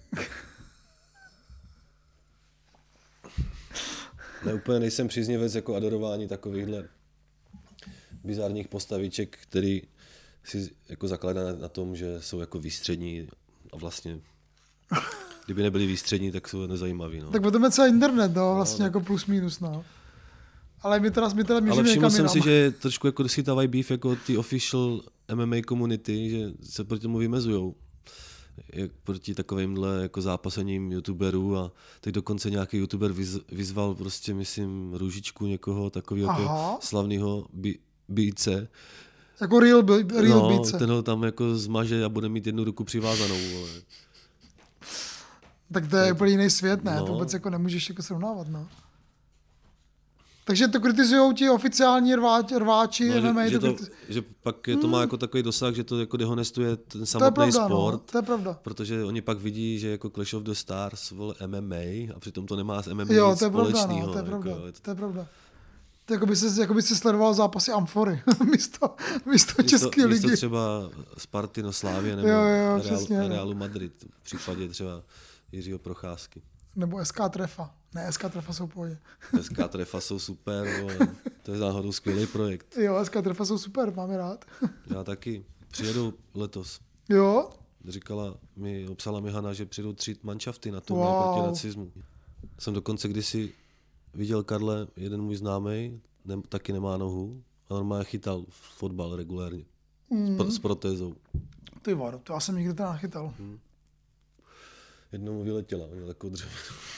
Ne, úplně nejsem příznivec jako adorování takovýchhle bizarních postaviček, který si jako zakládá na, na tom, že jsou jako výstřední a vlastně kdyby nebyli výstřední, tak jsou nezajímaví. No. Tak potom je celý internet, no, vlastně no, jako plus minus, no. Ale my teda, my teda míříme Ale všiml někam jsem jinam. si, že je trošku jako schytávají beef jako ty official M M A komunity, že se proti tomu vymezujou. Jak proti takovýmhle jako zápasením youtuberů a teď dokonce nějaký youtuber vyz, vyzval prostě, myslím, Růžičku někoho takového Aha. slavného bí, bíce. Jako real, real No, beatce. ten ho tam jako zmaže a bude mít jednu ruku přivázanou. Vole. Tak to je úplně jiný svět, ne? No. To vůbec jako nemůžeš jako srovnávat, no. Takže to kritizujou ti oficiální rváči, rváči No, M M A. že, že, to to, kriti- že pak je, to má jako takový dosah, že to jako dehonestuje ten to je samotný pravda, sport. no. To je pravda. Protože oni pak vidí, že jako Clash of the Stars, vole, M M A a přitom to nemá s M M A Jo, nic to je pravda, společného. no, to je pravda, Jako, je to, to je pravda. To jako by si, jako by si sledoval zápasy Amfory místo, místo České místo ligy. třeba Sparty no Slávě nebo Jo, jo, Real, přesně, no. Realu Madrid, v případě třeba Jiřího Procházky. Nebo S K Trefa. Ne, S K Trefa jsou v pohodě. S K Trefa jsou super, vole. To je náhodou skvělý projekt. Jo, S K Trefa jsou super, máme rád. Já taky. Přijedou letos. Jo, Říkala mi, obsala mi Hana, že přijdou tři manšafty na to Wow. wow. proti nacismu. Jsem dokonce kdysi viděl, Karle, jeden můj známej, ne, taky nemá nohu, a normálně chytal fotbal regulérně. Mm. S, pro, s protézou. ty vado, to já jsem nikdy teda nachytal. Jednou mu vyletěla, měl takovou dřevěnou.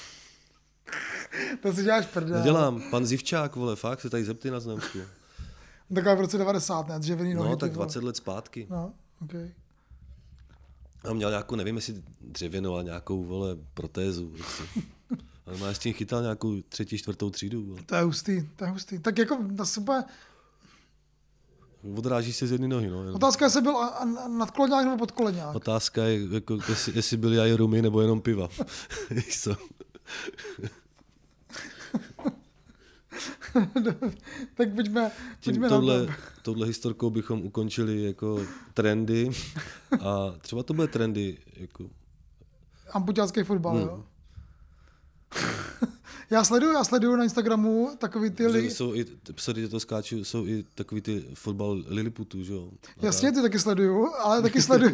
To si děláš prdel. Nedělám, pan Zivčák, vole, fakt, se tady zepty na Znamsku. Taková v roce devadesát, ne? Dřevěný nohy. No, ty tak vole. dvacet let zpátky. No, okej. A měl nějakou, nevím, jestli dřevěnou, ale nějakou, vole, protézu. Prostě. Ale má s tím chytal nějakou třetí, čtvrtou třídu. Vole. To je hustý, to je hustý. Tak jako na super. Odráží se z jedné nohy, no. Otázka je, jestli byl a- a- nadkoleňák nebo podkoleňák. Otázka je, jako, jestli, jestli byly aj rumy nebo jenom piva. Víš co? Tak pojďme, Tím pojďme na touhle, to. touhle historkou bychom ukončili jako trendy a třeba to bude trendy jako Ampuťácký fotbal, Hmm. jo. já sleduju, já sleduju na Instagramu takový ty že lidi. jsou i, sorry, že to skáču, jsou i takový ty fotbal Lilliputů, že jo? A Jasně, ty taky sleduju, ale taky sleduju.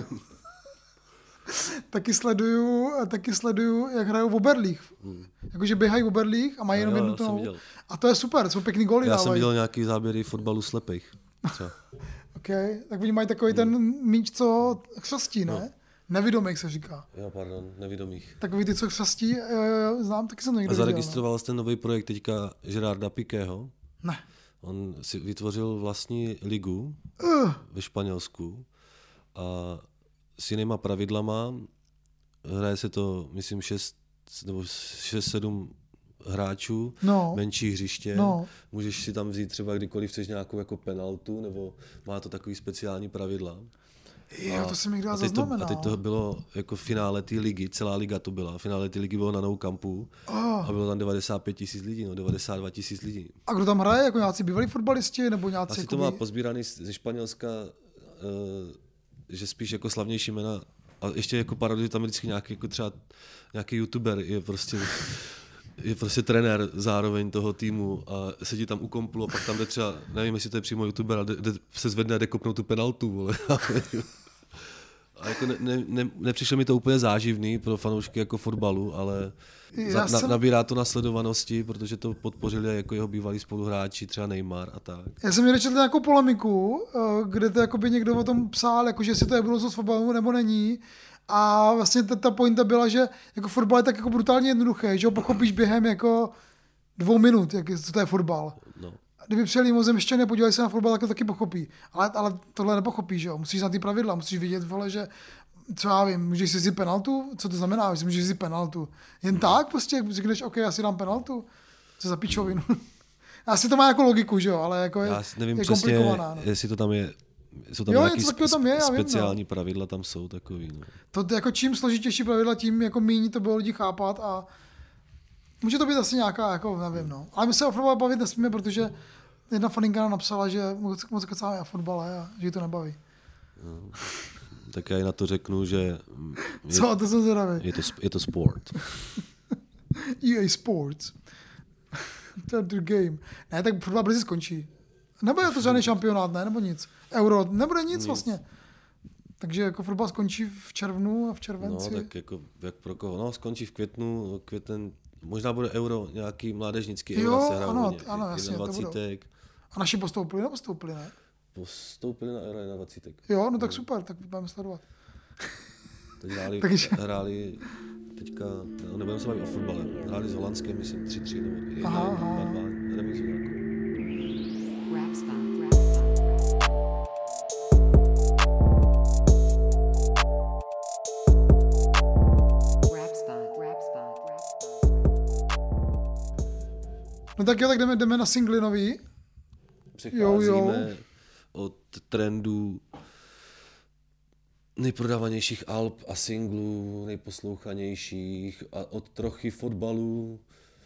taky sleduju, taky sleduju, jak hrajou v Oberlích. Hmm. Jakože běhají v Oberlích a mají jenom jo, jednu já jsem tou. viděl. A to je super, jsou pěkný góly Já dávají. jsem viděl nějaký záběry fotbalu slepých. Třeba. Okay. Tak oni mají takový ten míč, co chřastí, ne? No. Nevidomých se říká. Jo, pardon, nevidomých. Takový ty, co chřastí, jo, jo, jo, znám, taky jsem to někde A viděl. zaregistroval jsi ten nový projekt teďka Gerarda Piquého. Ne. On si vytvořil vlastní ligu Uh, ve Španělsku a s jinýma pravidlama. Hraje se to, myslím, šest nebo šest sedm hráčů, No. menší hřiště, No. můžeš si tam vzít třeba kdykoliv chceš nějakou jako penaltu, nebo má to takový speciální pravidla. Jo, to jsem někdy a teď to, zaznamenal. a teď to bylo jako finále té ligy, celá liga to byla, finále té ligy bylo na Nou Campu Oh. a bylo tam devadesát pět tisíc lidí, no, devadesát dva tisíc lidí. A kdo tam hraje, jako nějací bývalí fotbalisti, nebo nějací Asi jakoby... to má pozbíraný z- ze Španělska, uh, že spíš jako slavnější jména. A ještě jako parodie tam je vždycky nějaký, jako třeba nějaký youtuber je prostě, je prostě trenér zároveň toho týmu a sedí tam u kompu a pak tam jde třeba, nevím, jestli to je přímo youtuber, ale jde, jde, se zvedne a jde kopnout tu penaltu, vole. A jako ne, ne, ne, nepřišlo mi to úplně záživný pro fanoušky jako fotbalu, ale za, na, jsem... nabírá to nasledovanosti, protože to podpořili jako jeho bývalí spoluhráči, třeba Neymar a tak. Já jsem někde četl nějakou polemiku, eh, kde to jakoby někdo o tom psal, jako že jestli to je budoucnost fotbalu nebo není. A vlastně ta, ta pointa byla, že jako fotbal je tak jako brutálně jednoduché, že ho pochopíš během jako dvou minut, jak je, co to je fotbal. No. Kdyby přijeli mimozemšťané, podívali se na fotbal, tak to taky pochopí. Ale, ale tohle nepochopíš, že jo? Musíš znát ty pravidla, musíš vidět, vole, že co já vím, můžeš si vzít penaltu? Co to znamená, že můžeš si vzít penaltu? Jen tak prostě, řekneš, OK, já si dám penaltu? Co za pičovinu? Asi to má jako logiku, že jo, ale jako je, Já nevím je přesně, komplikovaná. No. jestli to tam je, jsou tam Jo, nějaký něco takového tam je, já vím, speciální pravidla tam jsou takový. No. To jako čím složitější pravidla, tím jako méně to bylo lidi chápat a může to být asi nějaká, jako nevím, no. Ale my se o fotbale bavit nesmíme, protože jedna faninka nám napsala, že moc, moc kecáme o fotbale a že ji to nebaví. No. Tak já jí na to řeknu, že je, Co? To jsem zvědavý. je, to, je to sport. E A Sports. To je the game. Ne, tak fotbal brzy skončí. Nebude to žádný šampionát, ne? Nebo nic. Euro, nebude nic, nic. vlastně. Takže jako fotbal skončí v červnu a v červenci. No, tak jako jak pro koho? No, skončí v květnu, květen, možná bude euro, nějaký mládežnický Jo, euro se hrajou. ano, ně- ano, jasně, to dvacet. A naši postoupili, nepostoupili, ne? Postoupili na euro dvacet. Jo, no tak super, tak budeme sledovat. Teď hráli, Takže- hráli teďka, no, nebudeme se bavit o fotbale, hráli s Holandským, myslím tři tři nebo jedna Aha, aha. dva dva, remízu nějakou. Rap spot. Rap spot. Rap spot. Rap spot. Rap spot. No tak jo, tak jdeme, jdeme na singly nový. Přecházíme Jo, jo. od trendů nejprodávanějších alb a singlů, nejposlouchanějších a od trochy fotbalů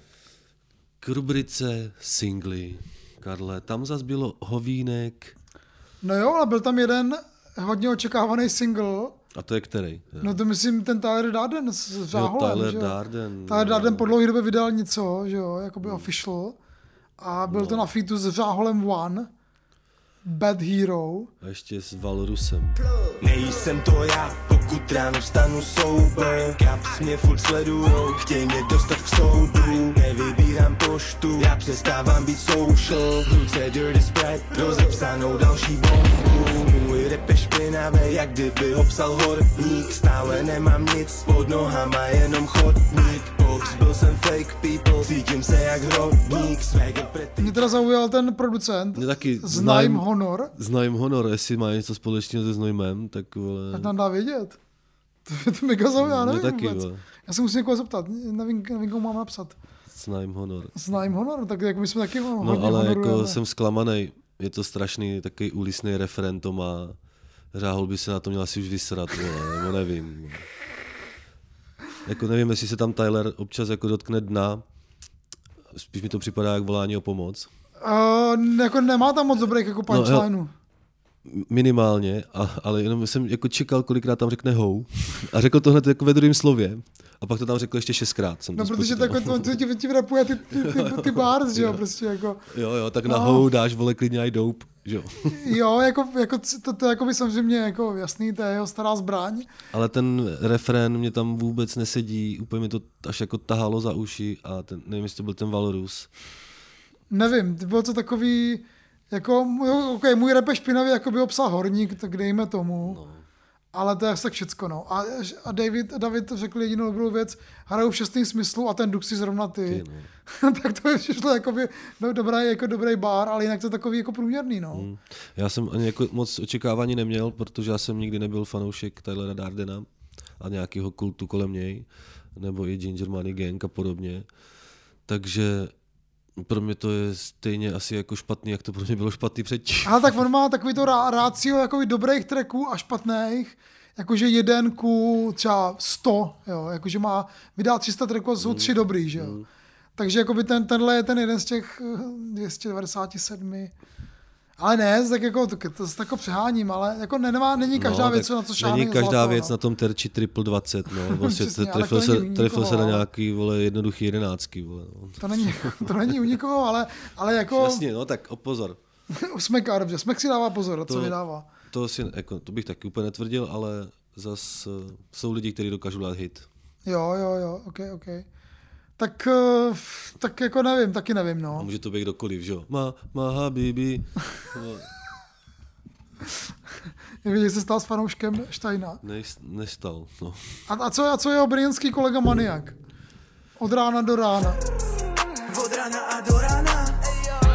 k rubrice singly. Karle, tam zas bylo Hovínek. No jo, ale byl tam jeden hodně očekávaný single. A to je který? No to myslím ten Tyler Darden s Jo, Žáholem, Tyler že jo? Darden. Tyler Darden po dlouhé době vydal něco, že jo, jakoby official. A byl No. to na featu s Žáholem One, Bad Hero. A ještě s Valrusem. Nejsem to já, pokud ráno vstanu sober. Kaps mě furt sledujou, chtěj mě dostat k soudu. Nevybírám poštu, já přestávám být social. V ruce dirty sprite, rozepsanou další bombu. Můj rap je špinavé, jak kdyby ho psal horník. Stále nemám nic, pod nohama jenom chodník. Box, byl jsem fake people, cítím se jak hrobník. Swagger pretty. Mě teda zaujal ten producent, Mě taky Znajm Honor, Znajm Honor, jestli má něco společného se Znojmem, tak vole, ať nám dá vědět. To mě to mega zaujal, mě nevím taky, vůbec. vole. Já se musím někoho zeptat, nevím, nevím, komu mám napsat. Znajm Honor. Znajm Honor, tak jako my jsme taky hodně No ale jako honorujeme. jsem zklamaný, je to strašný, takový úlisný referent to má. Řáhol by se na to měl asi už vysrat, vole, nebo nevím. Jako nevím, jestli se tam Tyler občas jako dotkne dna, spíš mi to připadá jak volání o pomoc. Uh, jako nemá tam moc dobrých jako No, punchlineů. Minimálně, a, ale jenom jsem jako čekal, kolikrát tam řekne hou a řekl to hned jako ve druhém slově a pak to tam řekl ještě šestkrát. Jsem No, to protože spočítal. takhle to, to ti, ti rapuje ty, ty, ty, ty bars, že jo, prostě jako. Jo, jo, tak na No. hou dáš, vole, klidně aj dope, že jo. Jo, jako, jako to, to, jako by samozřejmě jako jasný, to je jeho stará zbraň. Ale ten refrén mě tam vůbec nesedí, úplně mi to až jako tahalo za uši a ten, nevím, jestli to byl ten Valrus. Nevím, to bylo to takový, jako, jo, okay, můj rap je špinavý, jako by ho psal Horník, tak dejme tomu. No. Ale to je asi tak všecko, no. A, a David, David řekl jedinou dobrou věc, hrajou v šestém smyslu a ten Dux si zrovna ty. Ty, no. Tak to je přišlo jako by, no, dobrý, jako dobrý bar, ale jinak to je takový jako průměrný, no. Hmm. Já jsem ani jako moc očekávání neměl, protože já jsem nikdy nebyl fanoušek Tylera Dardena a nějakého kultu kolem něj, nebo i Ginger Money Gang a podobně. takže pro mě to je stejně asi jako špatný, jak to pro mě bylo špatný předtím. Ale tak on má takový to rá- rácio jako dobrých tracků a špatných, jakože jeden ku třeba sto, jo, jakože má, vydá tři sta tracků a jsou tři dobrý, že jo. Mm. Takže jakoby ten, tenhle je ten jeden z těch dvě stě devadesát sedm. Ale ne, tak jako, to, to, to jako přeháním, ale jako nemá, není každá no, věc, na co šáhne. Není každá zlato, věc no. na tom terči triple dvacet, no. Vlastně Přesně, trefil, se, nikoho, trefil se na ale... nějaký, vole, jednoduchý jedenáctky, vole. No. To není, to není u nikoho, ale, ale jako... Jasně, no tak o pozor. Smek, dobře, Smek si dává pozor, to, co vydává. To, si, jako, to bych taky úplně netvrdil, ale zas uh, jsou lidi, kteří dokážou dát hit. Jo, jo, jo, ok, ok. Tak, uh, tak jako nevím, taky nevím, no. A může to být kdokoliv, že jo? Ma, ma, habibi. Nevíš, že se stal s fanouškem Steina. Ne, nestal, no. A, a, co, a co jeho brněnský kolega Maniak? Od rána do rána. Od rána a do rána.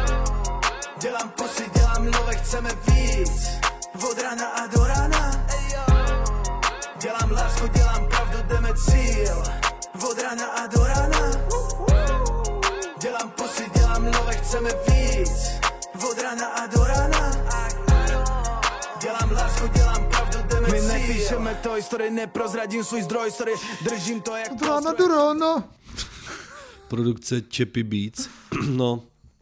Dělám posy, dělám love, chceme víc. Od rána a do rána. Dělám lásku, dělám pravdu, jdeme cíl. Od rána a do rána. Dělám posy, dělám love, chceme víc. Od rána a do rána. Dělám lásku, dělám pravdu, jdeme cíl. My nepíšeme to, historii, neprozradím svůj zdroj, sorry, držím to jak... Od rána do rána. Produkce Čepy Beats. No,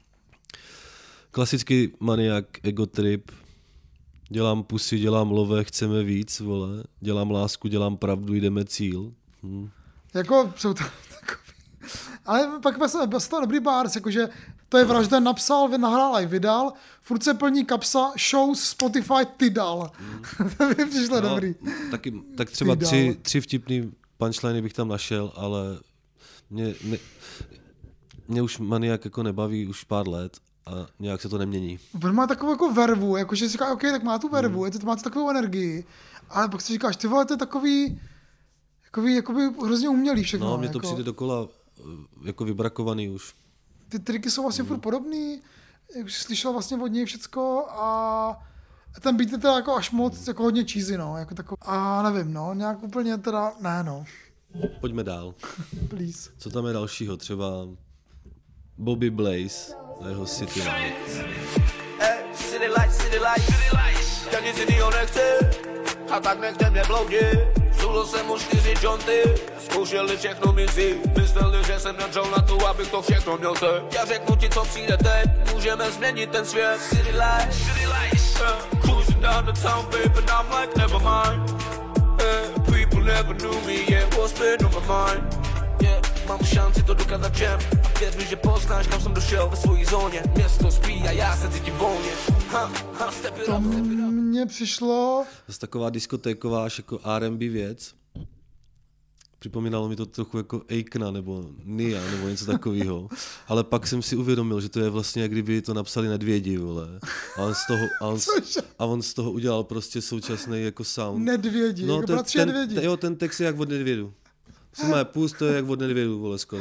klasický Maniak, ego trip. Dělám pusy, dělám love, chceme víc, vole. Dělám lásku, dělám pravdu, jdeme cíl. Hm. Jako, jsou to takový... Ale pak byl to dobrý bars, jakože to je vražda, napsal, nahrál a vydal, furt se plní kapsa, shows, Spotify, ty dal. Mm. To mi přišlo no, dobrý. Taky, tak třeba tři, tři vtipný punchliny bych tam našel, ale mě, mě, mě už Maniak jako nebaví už pár let a nějak se to nemění. On má takovou jako vervu, jakože si říká, OK, tak má tu vervu, mm. je to, má to takovou energii, ale pak si říkáš, ty vole, to je takový, takový jakoby hrozně umělý všechno. No, mně to jako... přijde dokola jako vybrakovaný už. Ty triky jsou vlastně mm. furt podobný, jak jsi slyšel vlastně od něj všecko a ten beat je teda jako až moc jako hodně cheesy, no, jako takový, a nevím, no, nějak úplně teda, ne, no. Pojďme dál. Please. Co tam je dalšího? Třeba Bobby Blaze a jeho City Lights. Hey, City Lights, City Lights, City Lights. Já nic jinýho nechci, a tak nechte mě bloudit. Zulil jsem mu čtyři jointy, zkoušeli všechno mizí. Mysleli, že jsem nadřel na to, abych to všechno měl teď. Já řeknu ti, co přijde teď, můžeme změnit ten svět. City Lights, City Lights. Yeah, cruising down the town, babe, and I'm like, never mind. Yeah, people never knew me, yeah, what's been on my mind. Yeah, mám šanci to dokázat všem. A věř mi, že poznáš, kam jsem došel ve svojí zóně. Město spí a já se cítím volně. Ha, ha, step it To up, step it up. mně přišlo... Zase taková diskotéková až jako R and B věc. Připomínalo mi to trochu jako Aikna nebo Nia nebo něco takového. Ale pak jsem si uvědomil, že to je vlastně, jak kdyby to napsali Nedvědi, vole. A on z toho, a on, a on z toho udělal prostě současný jako sound. Nedvědi, no, jako ten, bratři ten, Nedvědi. Jo, ten text je jak od Nedvědu. Co má půst, to je jak od Nedvědu, vole, skoro.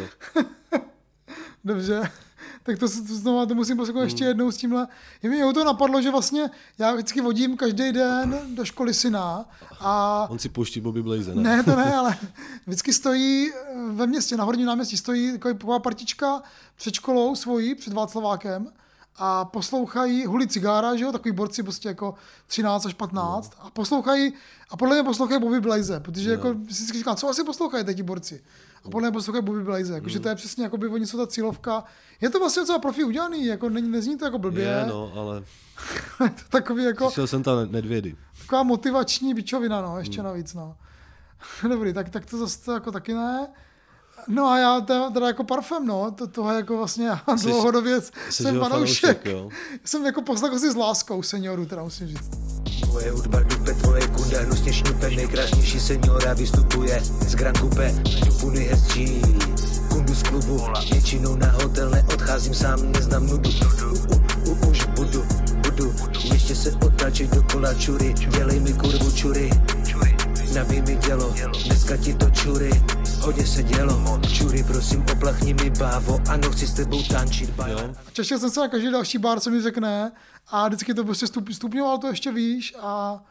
Dobře, tak to, to znovu to musím poslouchat mm. ještě jednou s tímhle. Je mi to napadlo, že vlastně já vždycky vodím každý den do školy syna a... On si pouští Bobby Blaze, ne? Ne, to ne, ale vždycky stojí ve městě, na Horním náměstí, stojí taková partička před školou svojí, před Václavákem a poslouchají Huli cigára, že jo, takový borci prostě jako třináct až patnáct no. a poslouchají, a podle mě poslouchají Bobby Blaze, protože no. jako si říkám, co asi poslouchají teď ti borci? A podle mě poslouchají Bobby Blaze, jakože mm. to je přesně, jako by oni jsou ta cílovka. Je to vlastně docela profi udělaný, jako ne, nezní to jako blbě. Je, no, ale... je to takový jako... Slyšel jsem tam Nedvědy. Taková motivační bičovina, no, ještě mm. navíc, no. Dobrý, tak, tak to zase to jako taky ne. No a já teda, teda jako parfém, no, to, toho jako vlastně já Jsi, dlouhodobě jsem fanoušek. Jo. Jsem jako poslechl si s láskou senioru, teda musím říct. Moje hudba dupe, tvoje kunda hnusně šňupe, nejkrásnější seniora vystupuje z Grand Coupe, dupuny hezčí, kundu z klubu, většinou na hotel neodcházím sám, neznám nudu, u, u, u, už budu, budu, ještě se otáčej dokola čury, dělej mi kurvu čury, nabij mi dělo, dneska ti to čury, hodně se dělo, čury prosím oplachni mi bávo, ano chci s tebou tančit, bávo. Češtěl jsem se na každý další bar, co mi řekne a vždycky to prostě stup, stupňoval to ještě výš a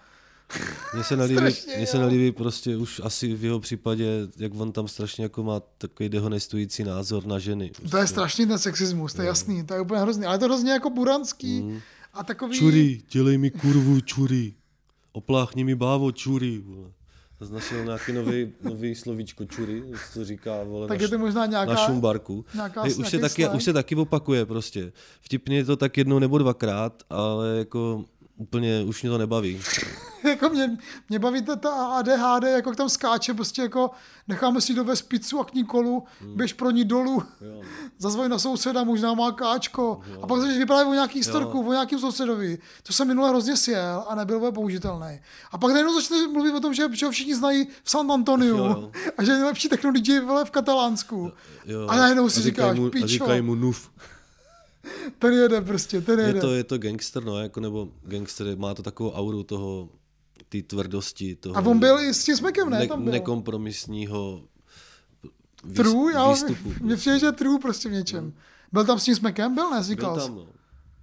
Mně se nelíbí, Strašně, mně se jo. nelíbí prostě už asi v jeho případě, jak on tam strašně jako má takový dehonestující názor na ženy. To je Prostě. strašný ten sexismus, to je jasný, to je úplně hrozný, ale to je hrozně jako buranský mm. a takový... Čuri, dělej mi kurvu, čuri. Opláchni mi bávo, čuri. Vole. Našel nějaký nový, nový slovíčko čuri, co říká, vole, tak na, je to možná nějaká, na šumbarku. nějaká, Hej, už, se taky, slang. už se taky opakuje prostě. Vtipně je to tak jednou nebo dvakrát, ale jako úplně už mě to nebaví. Jako mě, mě baví ta, ta A D H D, jako jak tam skáče, prostě jako necháme si dovést pizzu a k ní kolu, hmm. běž pro ní dolů, zazvoj na souseda, možná má káčko. Jo. A pak začneš vyprávět o nějaký historku, jo. o nějakým sousedovi, to jsem minule hrozně sjel a nebyl úplně použitelný. A pak najednou začne mluvit o tom, že, že ho všichni znají v San Antoniu jo, jo. a že je nejlepší techno D J v Katalánsku. Jo. A najednou si a říkáš, mu, pičo. A říkají mu nuf. Ten jede prostě, ten jede. Je to, je to gangster, no, jako, nebo gangster, má to takovou auru toho, té tvrdosti, toho... A on byl i s tím Smekem, ne? ne Tam byl. Nekompromisního výs, True, já, výstupu. Mně přijde, že je true prostě v něčem. Hmm. Byl tam s tím Smekem? Byl, ne? Říkal byl tam, no.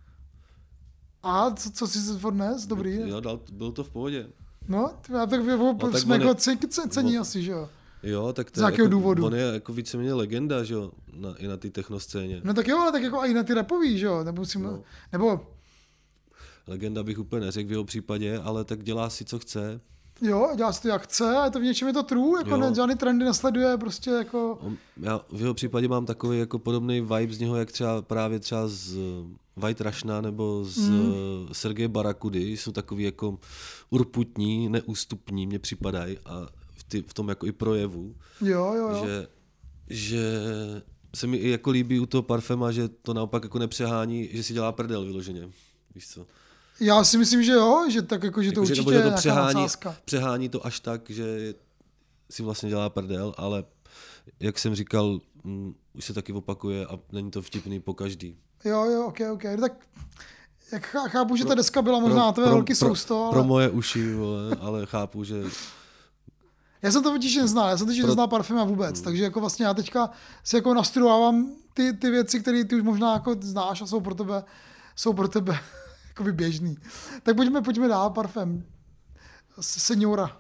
A co, co jsi se odnes? Dobrý. Jo, dal, byl to v pohodě. No, já tak, no, tak jsme jako cení, cení on, asi, že jo? Jo, tak to z jakého jako, důvodu? On je jako víceméně legenda, že jo, na, i na té technoscéně. No tak jo, ale tak jako i na ty rapový, že jo? Nebo, musím, no. nebo... Legenda bych úplně neřekl v jeho případě, ale tak dělá si, co chce. Jo, dělá si to jak chce a je to v něčem je to true, jako ne, žádný trendy nesleduje, prostě jako... On, já v jeho případě mám takový jako podobný vibe z něho, jak třeba právě třeba z White Russiana nebo z mm. Sergeje Barakudy, jsou takový jako urputní, neústupní, mně připadají a v, ty, v tom jako i projevu. Jo, jo, jo. Že, že se mi i jako líbí u toho Parfema, že to naopak jako nepřehání, že si dělá prdel vyloženě, víš co. Já si myslím, že jo, že tak jako, že to jako, určitě že, je to nějaká přehání, nadsázka. přehání to až tak, že si vlastně dělá prdel, ale jak jsem říkal, um, už se taky opakuje a není to vtipný po každý. Jo, jo, ok, ok. Tak jak chápu, že ta deska byla možná na tvé velký sousto, ale... Pro moje uši, vole, ale chápu, že... Já jsem to totiž neznal, já jsem totiž Pro... neznal Parfema vůbec, hmm. takže jako vlastně já teďka si jako nastrujávám ty, ty věci, které ty už možná jako znáš a jsou pro tebe, jsou pro tebe jakoby běžný. Tak pojďme, pojďme dál, Parfem. Seniora.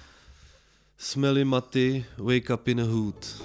Smelly Matty, wake up in the hood.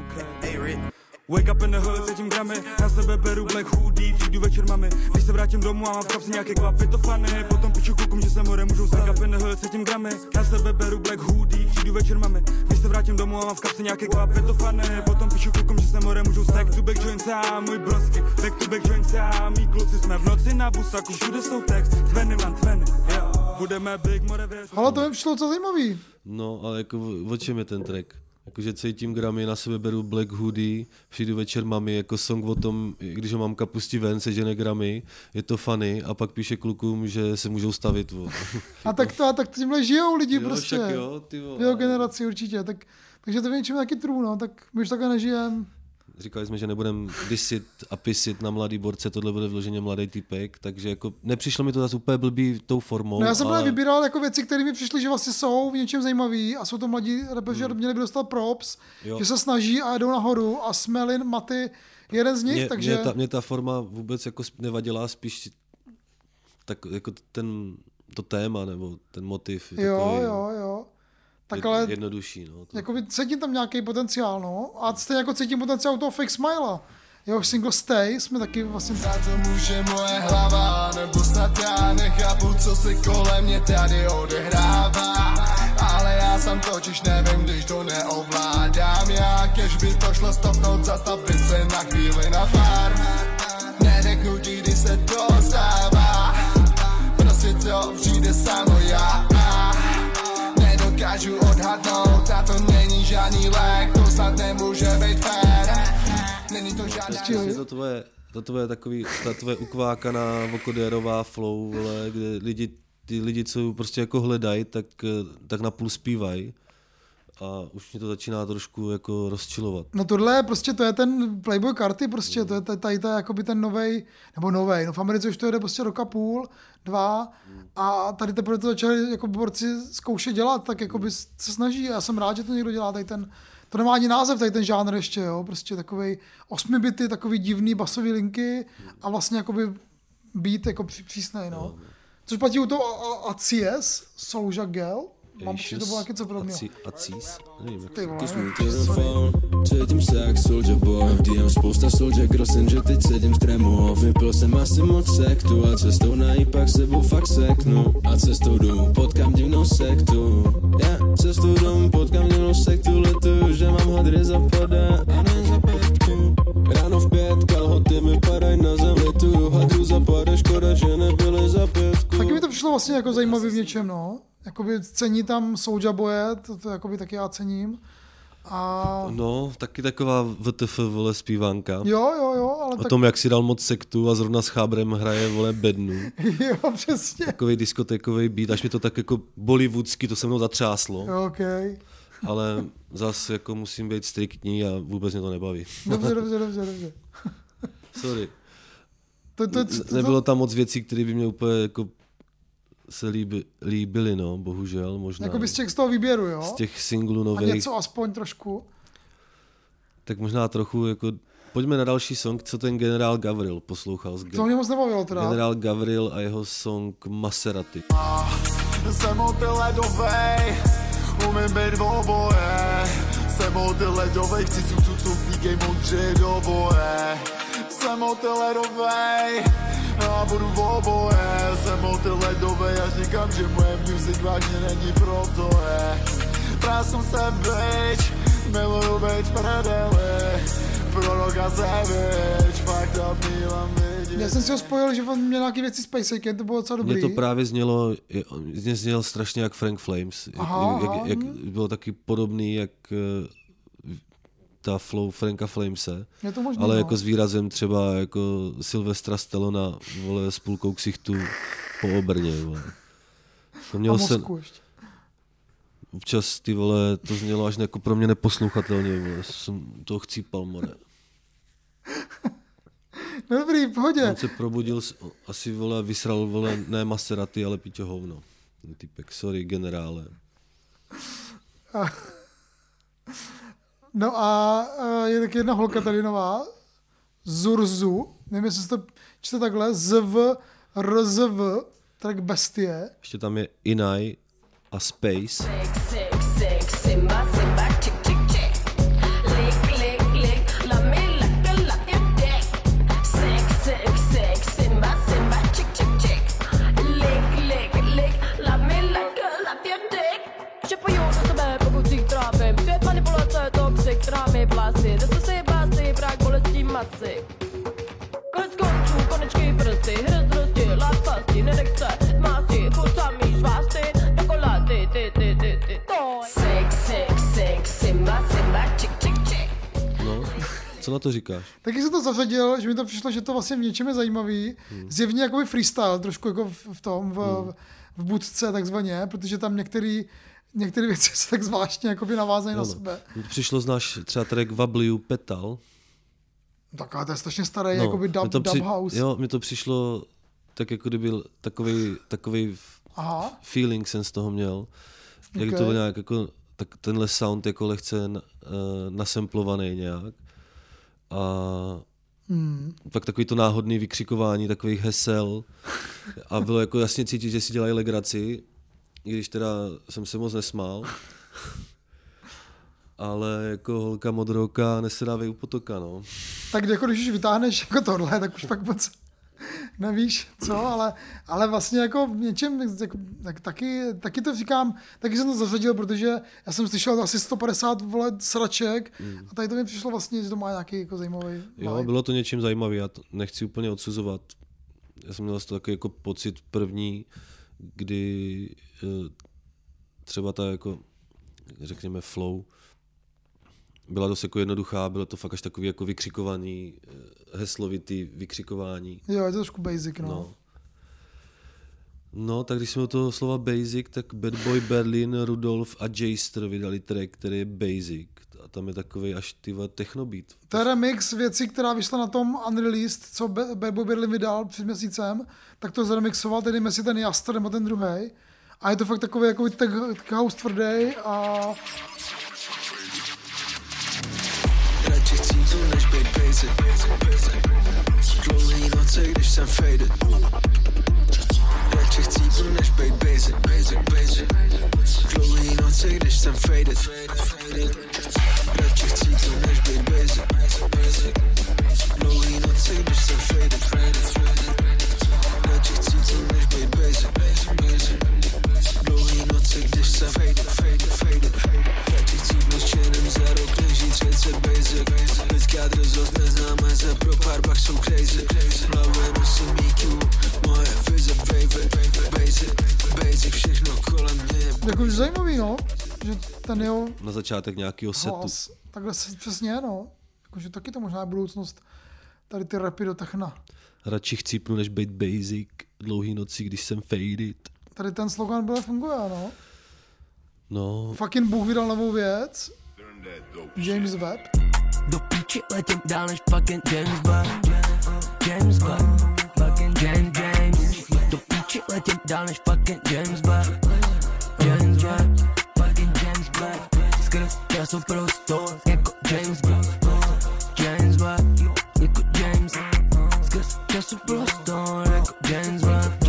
Wake up in the hood, cítím gramy, na sebe beru black hoodie, přijdu večer mami, když se vrátím domů a mám v kapse nějaké kvapy, to fany, potom píšu klukům, že se more můžou stát. Wake up in the hood, cítím gramy, na sebe beru black hoodie, přijdu večer mami, když se vrátím domů a mám v kapse nějaké kvapy, to fany, potom píšu klukům, že se more můžou stát. Back to back joints a můj brosky, back to back joints a mý kluci jsme v noci na busaku, všude jsou text, tveny man tveny, jo, budeme big more věř. Ale to mi přišlo co zajímavý. No, ale jako o čem je ten track? Jakože cítím gramy, na sebe beru black hoodie, přijdu večer mami, jako song o tom, když ho mamka pustí ven, sežene gramy, je to funny a pak píše klukům, že se můžou stavit. A tak to, a tak tímhle žijou lidi jo, prostě. Jo, ty v jeho generaci určitě, tak, takže to v něčem taky true, no, tak my už takhle nežijem. Říkali jsme, že nebudem disit a pisit na mladý borce, tohle bude vloženě mladý typek, takže jako nepřišlo mi to zase úplně blbý tou formou. No já jsem ale... vybíral jako věci, které mi přišly, že vlastně jsou v něčem zajímavý a jsou to mladí rapeři, hmm. měli by dostat props, jo. že se snaží a jdou nahoru a Smelin, Maty, jeden z nich, mě, takže... Mě ta, mě ta forma vůbec jako nevadila, spíš tak jako ten, to téma nebo ten motiv. Jo, takový, jo, jo. Tak jed, ale jednodušší. No, to... Jakoby cítím tam nějaký potenciál, no. A stejně jako cítím potenciál toho Fake Smilea. Jeho single Stay jsme taky vlastně... Za to může moje hlava, nebo snad já nechápu, co se kolem mě tady odehrává. Ale já sám totiž nevím, když to neovládám. Já, kež by to šlo stopnout, zastavit se na chvíli na pár. Neřeknu ti, kdy se to stává, prostě to přijde samo já. Nedokážu odhadnout, a to není žádný lék, to snad nemůže být fér. Není to žádný... Prostě to tvoje, to tvoje takový, ta tvoje ukvákaná vokodérová flow, vole, kde lidi, ty lidi, co prostě jako hledají, tak, tak napůl zpívají. A už mě to začíná trošku jako rozčilovat. No tohle je prostě, to je ten Playboy Carti prostě, to je tady ta, jakoby ten novej, nebo novej, no v Americe už to jede prostě roka půl, dva a tady teprve to začali jako borci zkoušet dělat, tak jakoby se snaží a já jsem rád, že to někdo dělá, tady ten, to nemá ani název, tady ten žánr ještě, jo, prostě takovej osmi bity, takový divný basový linky a vlastně jakoby beat jako pří, přísnej, no. Což platí u toho Acies, Soulja Girl. Mám pocit, že to bylo něco podobného. Acies? Nevím, jak Ty vole, Cítím se jak Soulja Boy, v D M spousta Soulja Girl, že teď sedím v trému. Vypil jsem asi moc sektu a cestou na jí pak sebou fakt seknu. A cestou domů potkám divnou sektu. Yeah, cestou domů potkám divnou sektu, letuju, že mám hadry za pade a ne za pětku. Ráno v pět, kalhoty mi padaj na zem, letuju, hadru za pade, škoda, že nebyly za pětku. Taky mi to přišlo vlastně jako zajímavý v něčem, no. Jakoby cení tam Soulja Boye, to, to jakoby taky já cením. A... No, taky taková V T F, vole, zpívanka. Jo, jo, jo, ale O tak... tom, jak si dal moc sektu a zrovna s Chábrem hraje, vole, bednu. Jo, přesně. Takový diskotékový beat, až mi to tak jako bollywoodsky, to se mnou zatřáslo. Okay. Ale zase jako musím být striktní a vůbec mě to nebaví. Dobře, dobře, dobře, dobře. Sorry. To, to, to, to, Nebylo tam moc věcí, které by mě úplně jako se líbi, líbily, no, bohužel, možná. Jakoby z těch z toho výběru, jo? Z těch singlů nových. A něco aspoň trošku. Tak možná trochu, jako, pojďme na další song, co ten Generál Gavril poslouchal. To mě moc nebavilo teda. Generál Gavril a jeho song Maserati. Jsem od ledovej, umím být v oboje. Jsem od ledovej, chci cucu, co píkej moudře do boje. Jsem od ledovej, já budu v oboje. Jsem od ledovej a říkám, že moje music vážně není pro to, je. Prásnu se bitch, miluju být v prdeli. Prorok a savage, fakt up mílám lidi. Já jsem si ho spojil, že on měl nějaký věci s Paysekem, to bylo docela dobrý. Mně to právě znělo, mě zněl strašně jak Frank Flames. Aha, jak, aha. jak, jak bylo taky podobný, jak ta flow Franka Flamese, Je to možný, ale no. jako s výrazem třeba jako Sylvestra Stallona, vole, s půlkou ksichtu po obrně, vole. To měl A se, mozku ještě. občas ty vole, to znělo až jako pro mě neposlouchatelně, vole. Jsem toho chcípal, more. Dobrý, v pohodě. On se probudil, asi vole, vysral, vole, ne Maserati, ale píťo hovno. Ten typek, sorry, generále. A, no a, a je taky jedna holka tady nová, Zurzu, nevím, jestli se to čte takhle, Z V R Z V, track Bestie. Ještě tam je Inai a Space. Konec konců, konečky prsty, hrozdrosti, láspasti, nedech se, zmásti, furt samý žvásty, dokoláty, ty, ty, ty, ty, to. Sex, sex, sex, simba, simba, čik, čik, čik. No, co na to říkáš? Taky jsem to zařadil, že mi to přišlo, že to vlastně v něčem je zajímavý. Hmm. Zjevně jakoby freestyle, trošku jako v, v tom, v, hmm. v budce takzvaně, protože tam některý, některé věci se tak zvláštně jakoby navázají no, na sebe. No. Přišlo znáš třeba track Wabliu Petal. Tak ale to je strašně starý, no, jakoby dub, to při, dub house. Jo, mi to přišlo tak jako kdyby takovej, takovej Aha. feeling jsem z toho měl. Jak Okay. to bylo nějak jako, tak tenhle sound jako lehce uh, nasemplovaný nějak. A hmm. pak takový to náhodný vykřikování takových hesel. A bylo jako jasně cítit, že si dělají legraci, i když teda jsem se moc nesmál. Ale jako holka modrouka nesedávej u potoka, no. Tak jako když už vytáhneš jako tohle, tak už pak moc nevíš co, ale, ale vlastně jako v něčem, jako, tak, taky, taky to říkám, taky jsem to zařadil, protože já jsem slyšel asi sto padesát vole sraček mm. a tady to mi přišlo vlastně, že to má nějaký jako zajímavý Jo, vibe. bylo to něčím zajímavý, já to nechci úplně odsuzovat. Já jsem měl to takový jako pocit první, kdy třeba ta jako, řekněme flow, byla dost jako jednoduchá, bylo to fakt až takový jako vykřikovaný, heslovitý vykřikování. Jo, je to trošku basic, no. No, no tak když jsme od toho slova basic, tak Bad Boy Berlin, Rudolf a J-Ster vydali track, který je basic. A tam je takový až tyva technobeat. To je remix věci, která vyšla na tom Unreleased, co Bad Boy Berlin vydal před měsícem, tak to zremixoval, tedy jestli ten Jaster nebo ten druhej. A je to fakt takový jako tech, tech house tvrdý a... Radši chcípu než být basic. Dlouhý noce, když jsem faded. Radši chcípnu než bejt basic, basic, basic. Dlouhý noci, když jsem faded, radši chcípnu než bejt basic, basic. Dlouhý noci, když jsem faded, radši chcípnu než bejt basic, basic. Dlouhý noci, když jsem faded, faded, faded. Radši chcípnu s činem za rok, než jít třicet basic. Lidská drzost neznáme se, pro pár bach jsou crazy. Hlavě nosím í kvé, moje vize, baby, basic, basic, všechno kolem mě. Jako zajímavý, no, že ten jeho Na začátek nějakýho setu. hlas, takhle se přesně, no, jakože taky to možná je budoucnost, tady ty rapy do techna. Radši chcípnu než být basic, dlouhý noci, když jsem faded. Tady ten slogan byl funguje, no. No, Fucking Bůh vydal novou věc, James Webb. Do píči letím dál než fucking James Webb. James Webb, fucking James, James. Do píči letím dál než fucking James Webb. James Webb, fucking James Webb. Skrz času prostor jako James Webb. James Webb, jako James. Skrz času prostor jako James Webb.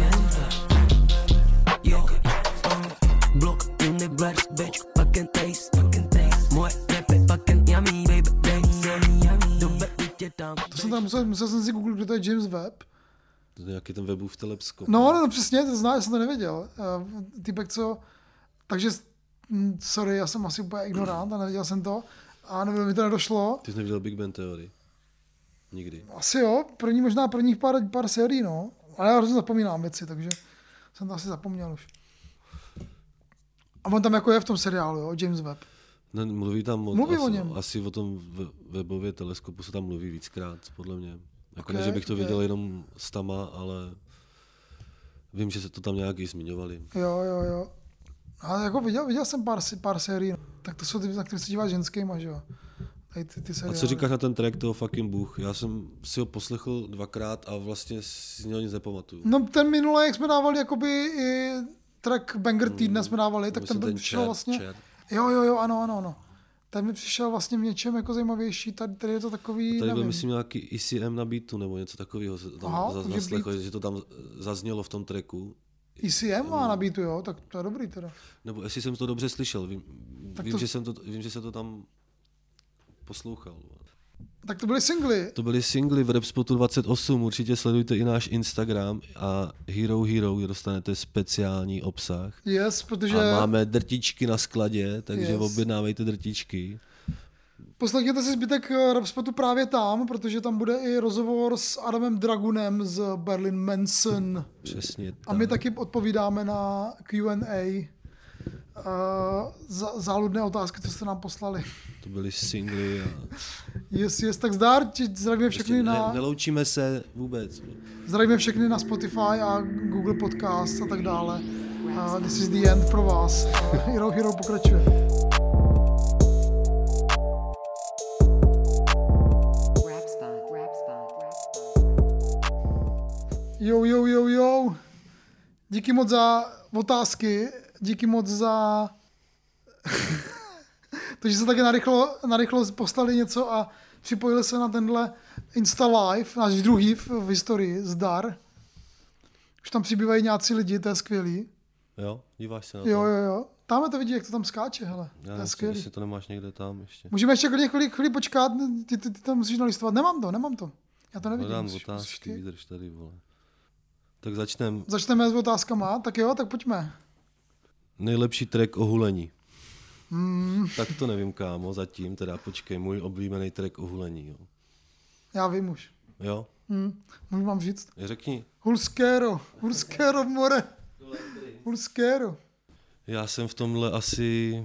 Yo, block universe, bitch, fucking taste, fucking taste. Moje rapy fucking yummy, baby, baby. Dobre, tě tam. To jsem tam musel, musel jsem si googlit, kdo to je James Webb. to je nějaký ten webův teleskop. No, no, přesně, to zná, já jsem to nevěděl. Uh, Týpek, co... Takže, mm, sorry, já jsem asi úplně ignorant a nevěděl jsem to. A nebylo mi to nedošlo. Ty jsi neviděl Big Bang Theory? Nikdy. Asi jo, první možná prvních pár, pár sérií, no. Ale já hrozně zapomínám věci, takže jsem to asi zapomněl už. A on tam jako je v tom seriálu, jo, James Webb. Ne, mluví tam o, Mluví asi, o něm. asi o tom webově teleskopu se tam mluví víckrát, podle mě. Jako Okay, ne, že bych to okay. věděl jenom s tama, ale vím, že se to tam nějak i zmiňovali. Jo, jo, jo. A jako viděl, viděl jsem pár, pár sérií, no. Tak to jsou ty, na které se dívá ženskýma, že jo. Tady ty, ty A seriály. co říkáš na ten track toho fucking Bůh? Já jsem si ho poslechl dvakrát a vlastně si z něho nic nepamatuju. No ten minulý, jak jsme dávali jakoby i track Banger týdne jsme dávali, tak Myslím ten, ten přišel Čer, vlastně... Čer. Jo, jo, jo, ano, ano, ano. Ten mi přišel vlastně v něčem jako zajímavější, tady, tady je to takový, Tady byl, nevím. myslím, nějaký E C M na beatu nebo něco takového, se tam Aha, za- takže zaslechl, beat. že to tam zaznělo v tom tracku. E C M má na beatu, jo, tak to je dobrý teda. Nebo jestli jsem to dobře slyšel, vím, Tak vím, to- že, jsem to, vím že se to tam poslouchal. Tak to byly singly. To byly singly v Rapspotu dvacet osm, určitě sledujte i náš Instagram a Hero Hero, kde dostanete speciální obsah. Yes, protože... A máme drtičky na skladě, takže Yes. objednávejte drtičky. Poslechněte si zbytek eh, Rapspotu právě tam, protože tam bude i rozhovor s Adamem Dragunem z Berlin Manson. Přesně A my taky odpovídáme na Q and A. Uh, za, záludné otázky, co jste nám poslali. To byly singly a Yes, yes, tak zdar, ti zdravíme všechny ne, na... neloučíme se vůbec. Zdravíme všechny na Spotify a Google Podcast a tak dále. Uh, this is the end pro vás. Uh, Hero Hero pokračuje. Jo, jo, jo, jo. Díky moc za otázky. Díky moc za to, že se taky narychlo, narychlo poslali něco a připojili se na tenhle Insta Live, náš druhý v, v historii, zdar. Už tam přibývají nějací lidi, to je skvělý. Jo, díváš se na to? Jo, jo, jo. Tam to vidí, jak to tam skáče, hele. Já To je nevím, skvělý. jestli to nemáš někde tam ještě. Můžeme ještě chvíli, chvíli, chvíli počkat, ty, ty, ty tam musíš nalistovat. Nemám to, nemám to. Já to nevidím. Hledám Musíš- musíš otázky, ty. vydrž tady, vole. Tak začneme. Začneme s otázkama, tak jo, tak pojďme. Nejlepší track o hulení. Hmm, Tak to nevím, kámo, zatím, teda počkej, můj oblíbený track o hulení, jo. já vím už. Jo? Hmm, můžu vám říct. Řekni. Hulskero, Hulskero more. Hulskero. Já jsem v tomhle asi...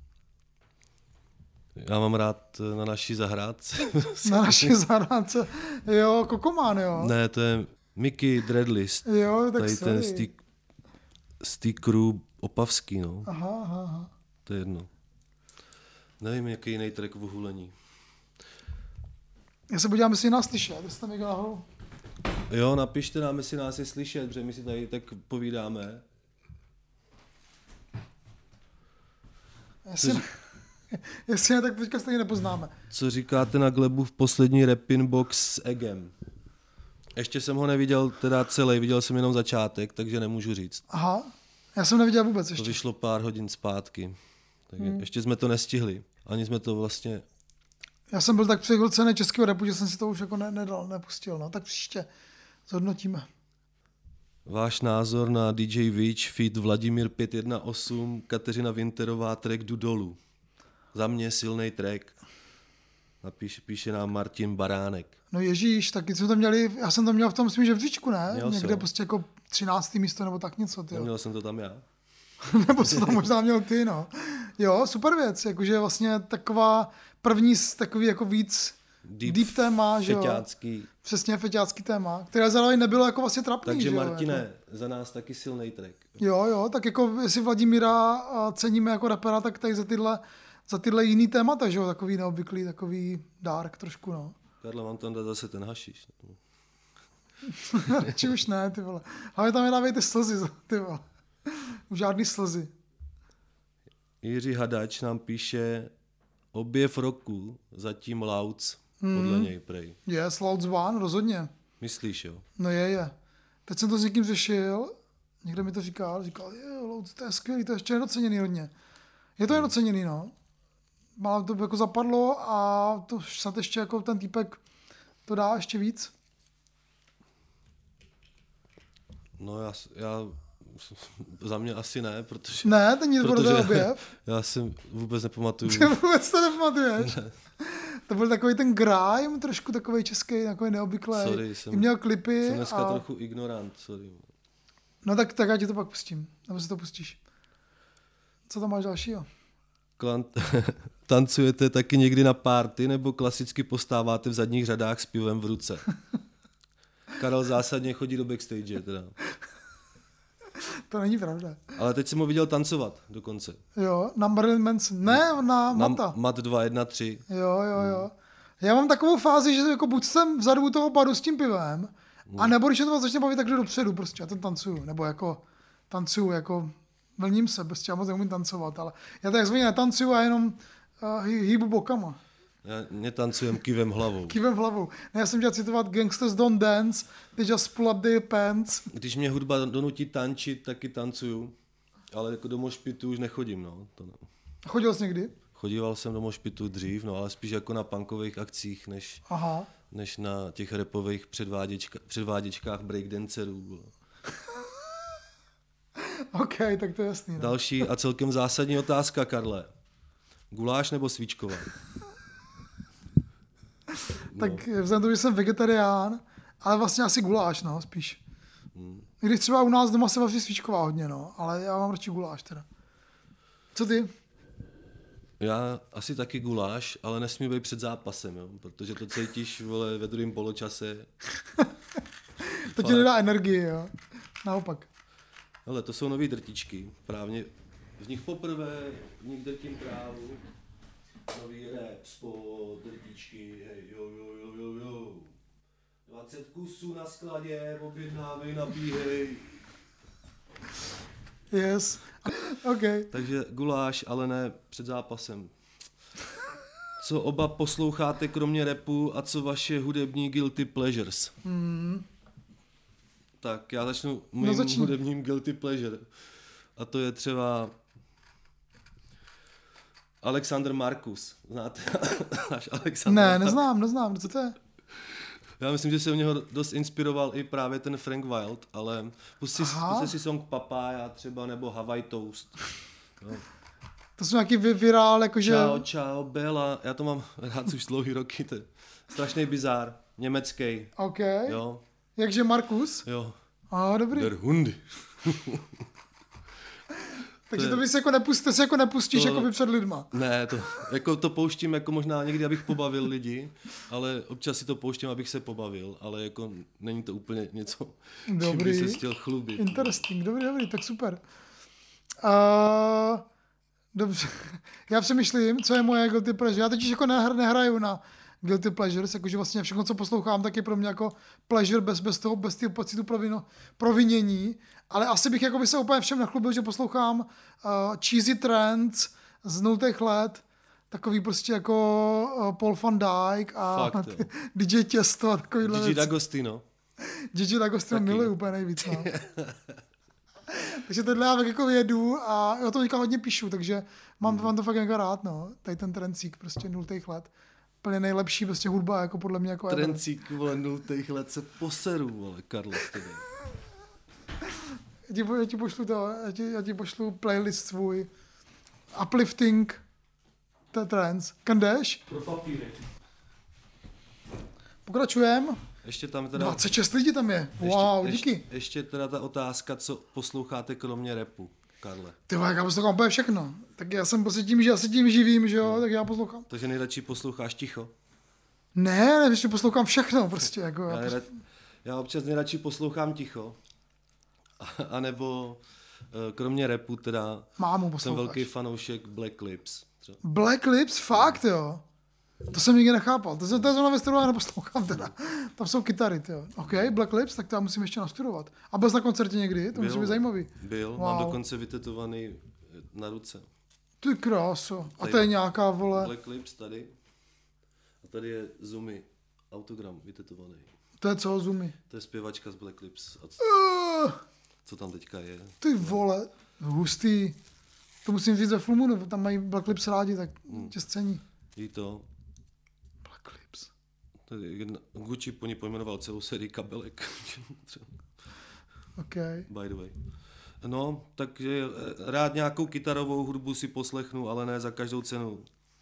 Já mám rád na naší zahrádce. Na naší zahrádce. Jo, Kokomán, jo. Ne, to je Mickey Dreadlist. Jo, tak Tady sorry. ten z té- z té crew Opavský, no. Aha, aha, aha. To je jedno. Nevím, jaký jiný track o hulení. Já se podívám, jestli nás slyšet, jestli tam někdo nahoru. Jo, napište nám, jestli nás je slyšet, protože my si tady tak povídáme. Jestli, jestli ne, tak teďka stejně nepoznáme. Co říkáte na Glebu v poslední Rapping Box s Egem? Ještě jsem ho neviděl teda celý, viděl jsem jenom začátek, takže nemůžu říct. Aha, já jsem neviděl vůbec ještě. To vyšlo pár hodin zpátky, takže Hmm. ještě jsme to nestihli. Ani jsme to vlastně... Já jsem byl tak přehlcený českého rapu, že jsem si to už jako ne, nedal, nepustil. No, tak příště zhodnotíme. Váš názor na D J Witch, feat Vladimír pět jedna osm, Kateřina Winterová, track Jdu dolů. Za mě silný track. Napíše, píše nám Martin Baránek. No ježíš, taky jsme to měli, já jsem to měl v tom svým žebříčku, ne? Měl Někde jsem. prostě jako třinácté místo nebo tak něco, tyjo. Měl jsem to tam já. Nebo co tam možná měl ty, no. Jo, super věc, jakože vlastně taková první z takový jako víc deep, deep téma, že jo. Feťácký. Přesně feťácký téma, které zároveň nebylo jako vlastně trapný, Takže že jo. Martine, jako. za nás taky silný track. Jo, jo, tak jako jestli Vladimíra a ceníme jako rapera, tak tady za tyhle, za tyhle jiný témata, že jo, takový neobvyklý, takový dark trošku, no. Karle, mám tam dát zase ten hašiš. Radši už ne, ty vole. Hlavně tam nedávejte slzy, ty vole. Už žádný slzy. Jiří Hadač nám píše objev roku, zatím Louds, podle Hmm. něj prej. Je, Slouds One, rozhodně. Myslíš, jo? No je, je. Teď jsem to s někým řešil, někdo mi to říkal, říkal, je, Louds, to je skvělý, to je ještě nedoceněný hodně. Je to nedoceněný, no. Mám to jako zapadlo a to snad ještě jako ten týpek to dá ještě víc. No já, já za mě asi ne, protože... Ne, ten nic protože bude objev. Já si vůbec nepamatuju. Ty vůbec to nepamatuješ? Ne. To byl takový ten grime, trošku takový český, takový neobvyklý. Sorry, jsem, I měl klipy. Jsem dneska a... trochu ignorant, sorry. No tak, tak já ti to pak pustím, nebo si to pustíš. Co tam máš dalšího? Klant... Tancujete taky někdy na party, nebo klasicky postáváte v zadních řadách s pivem v ruce? Karel zásadně chodí do backstage, teda. To není pravda. Ale teď jsem ho viděl tancovat dokonce. Jo, na Marilyn Manson. Ne, na, na Mata. Mat dva jedna tři. Jo, jo, jo. Já mám takovou fázi, že jako buď jsem vzadu u toho baru s tím pivem, hmm. a nebo když je to začne bavit, tak jdu dopředu prostě, já ten tancuju. Nebo jako tancuju, jako vlním se, prostě já moc neumím tancovat, ale já takzvaně netancuju a jenom uh, hýbu bokama. Já netancujem kivem hlavou. Kivem hlavou. Ne, já jsem chtěl citovat Gangsters don't dance, they just pull up their pants. Když mě hudba donutí tančit, taky tancuju. Ale jako do mošpitu už nechodím, no. To ne. Chodil jsi někdy? Chodíval jsem do mošpitu dřív, no, ale spíš jako na punkových akcích, než, Aha. než na těch rapových předváděčka, předváděčkách breakdancerů. OK, tak to je jasný. No. Další a celkem zásadní otázka, Karle. Guláš nebo svíčková? No. Tak vzhledem tomu, že jsem vegetarián, ale vlastně asi guláš, no, spíš. Hmm. I když třeba u nás doma se vaří svíčková hodně, no, ale já mám radši guláš teda. Co ty? Já asi taky guláš, ale nesmí být před zápasem, jo, protože to cítíš, vole, ve druhém poločase. To ti nedá energii, jo. Naopak. Hele, to jsou nový drtičky, právě v nich poprvé, v nich drtím trávu. Nový rap, spod, drtičky, hej, jo, jo, jo, jo, jo. dvacet kusů na skladě, objednávej, nabíhej. Yes. OK. Takže guláš, ale ne před zápasem. Co oba posloucháte kromě rapu a co vaše hudební guilty pleasures? Mm. Tak já začnu mým no začni. hudebním guilty pleasure. A to je třeba Alexander Markus. Znáte náš Alexander? Ne, neznám, neznám. Co to je? Já myslím, že se u něho dost inspiroval i právě ten Frank Wild, ale pusti si song Papaya třeba nebo Hawaii Toast. No. To jsou nějaký virál, jakože... Čau, čau, Bella. Já to mám rád už dlouhý roky. To je strašný bizár. Německý. OK. Jo. Jakže Markus? Jo. A dobrý. Der Hundy. Takže to, to bys jako nepustíš, to jako nepustíš to, jako by před lidma. Ne, to, jako to pouštím jako možná někdy, abych pobavil lidi, ale občas si to pouštím, abych se pobavil, ale jako není to úplně něco, dobrý. čím bych se chtěl chlubit. Interesting, dobrý, dobrý, tak super. Uh, dobře, já přemýšlím, co je moje guilty pleasure. Já teď jako nehr, nehraju na guilty pleasures, jakože vlastně všechno, co poslouchám, tak je pro mě jako pleasure bez, bez toho, bez toho pocitu provino, provinění, ale asi bych jako by se úplně všem nechlubil, že poslouchám uh, cheesy trends z nultých let, takový prostě jako uh, Paul van Dyk a Fakt, D J Tiesto a takovýhle D J D'Agostino. Gigi D'Agostino miluji úplně nejvíc, no. Takže tohle já tak jako vědu a o tom teďka hodně píšu, takže mám, mám to fakt jako rád, no. Tady ten trencík prostě nultých let. Úplně nejlepší prostě hudba, jako podle mě jako trencík, vole, nultých let se poseru, vole, Karlo, tebe. Já ti, já ti pošlu to, já ti, já ti pošlu playlist svůj. Uplifting the trance. Kandeš? Pro papírek. Pokračujem. Ještě tam teda... dvacet šest lidí tam je. Wow, ještě, díky. Ještě, ještě teda ta otázka, co posloucháte kromě rapu, Karle. Ty vole, já poslouchám úplně všechno. Tak já jsem prostě tím, že já se tím živím, že jo, no. tak já poslouchám. Takže nejradši posloucháš ticho? Ne, ne, ještě poslouchám všechno prostě. Jako já, já, nejrad, já občas nejradši poslouchám ticho. A nebo kromě rapu teda Mámu jsem posloucháš. velký fanoušek Black Lips. Třeba. Black Lips? Fakt, jo. To jsem nikdy nechápal. To, jsem, to je zrovna věc, kterou já neposlouchám teda. Tam jsou kytary, jo. OK, Black Lips, tak to já musím ještě nastudovat. A byl jsi na koncertě někdy? To byl, musí být zajímavý. Byl, wow. Mám dokonce vytetovaný na ruce. Ty kráso. A to je nějaká, vole... Black Lips tady. A tady je Zumi autogram vytetovaný. To je co, Zumi? To je zpěvačka z Black Lips. A co, uh, co tam teďka je? Ty vole, hustý. To musím říct ze Full Moonu, tam mají Black Lips rádi, tak hmm. tě scení. Ví to. Black Lips. Jedna, Gucci po ní pojmenoval celou sérii kabelek. OK. By the way. No, takže rád nějakou kytarovou hudbu si poslechnu, ale ne za každou cenu.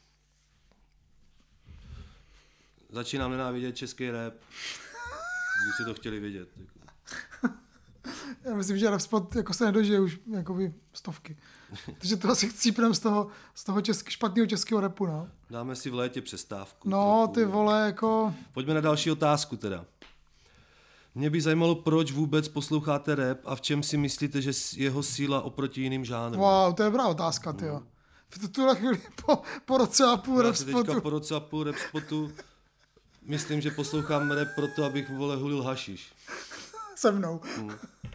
Začínám nenávidět český rap, když si to chtěli vědět. Já myslím, že Rapspot jako se nedožije už jakoby stovky. Takže to asi chcípnem z toho, z toho česk, špatného českého rapu, no. Dáme si v létě přestávku. No, trochu. ty vole, jako... Pojďme na další otázku teda. Mě by zajímalo, proč vůbec posloucháte rap a v čem si myslíte, že jeho síla oproti jiným žánrům? Wow, to je dobrá otázka, tyjo. V tuhle chvíli po, po roce a půl Rapspotu. Teďka po roce a půl Rapspotu myslím, že poslouchám rap proto, abych, vole, hulil hašiš. Se mnou. Hmm.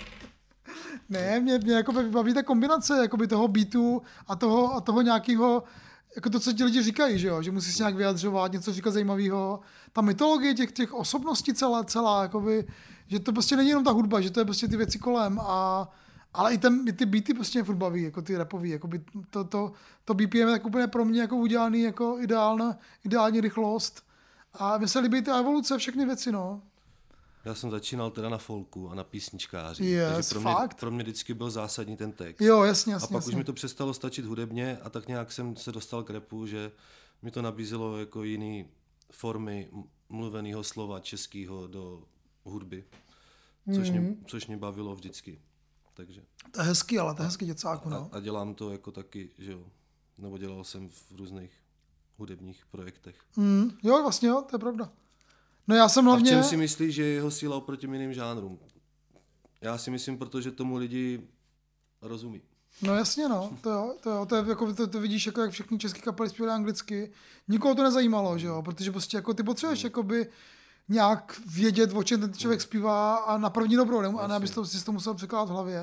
Ne, mě, mě jako baví ta kombinace jakoby toho beatu a toho, a toho nějakého, jako to, co ti lidi říkají, že jo, že musíš nějak vyjadřovat, něco říkat zajímavého. Ta mytologie těch, těch osobností celá, celá, jakoby, že to prostě není jenom ta hudba, že to je prostě ty věci kolem a ale i, ten, i ty beaty prostě mě furt baví, jako ty rapový, jakoby to, to, to B P M je tak úplně pro mě jako udělaný jako ideálna, ideální rychlost a mně se líbí ty evoluce, všechny věci, no. Já jsem začínal teda na folku a na písničkáři, yes, takže pro mě, fakt? pro mě vždycky byl zásadní ten text. Jo, jasně, jasně. A pak jasně. už mi to přestalo stačit hudebně a tak nějak jsem se dostal k rapu, že mi to nabízelo jako jiný formy mluveného slova českého do hudby, což, mm. mě, což mě bavilo vždycky. Takže. To je hezký, ale to je hezký děcáku, no. A, a dělám to jako taky, že jo, nebo dělal jsem v různých hudebních projektech. Mm, jo, vlastně jo, to je pravda. No já jsem hlavně... A v čem si myslíš, že je jeho síla oproti jiným žánrům? Já si myslím, protože tomu lidi rozumí. No jasně, no, to jo, to jo, to, je, jako, to, to vidíš, jako jak všechny české kapely zpívají anglicky. Nikoho to nezajímalo, že jo, protože prostě jako ty potřebuješ, jakoby nějak vědět, o čem ten člověk zpívá a na první dobrou, ne, a ne, abys to, si to musel překládat v hlavě.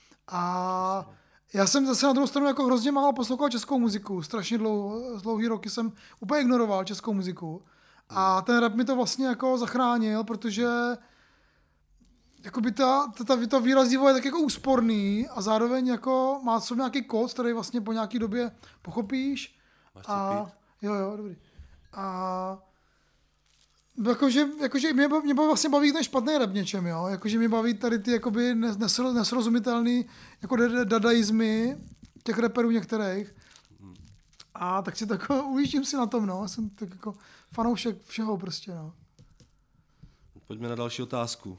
A já jsem zase na druhou stranu jako hrozně málo poslouchal českou muziku, strašně dlouho, dlouhý roky jsem úplně ignoroval českou muziku. A ten rap mi to vlastně jako zachránil, protože jakoby ta, ta, ta, to výrazivo je tak jako úsporný a zároveň jako má sobě nějaký kód, který vlastně po nějaký době pochopíš. Máš a jo, jo, dobrý. A jakože, jakože mě, mě vlastně baví ten špatný rap něčem, jo. Jakože mě baví tady ty jakoby nesro, nesrozumitelný jako dadaizmy těch raperů některých. A tak si tak ujíždím si na tom, no. Jsem tak jako fanoušek všeho prostě, no. Pojďme na další otázku.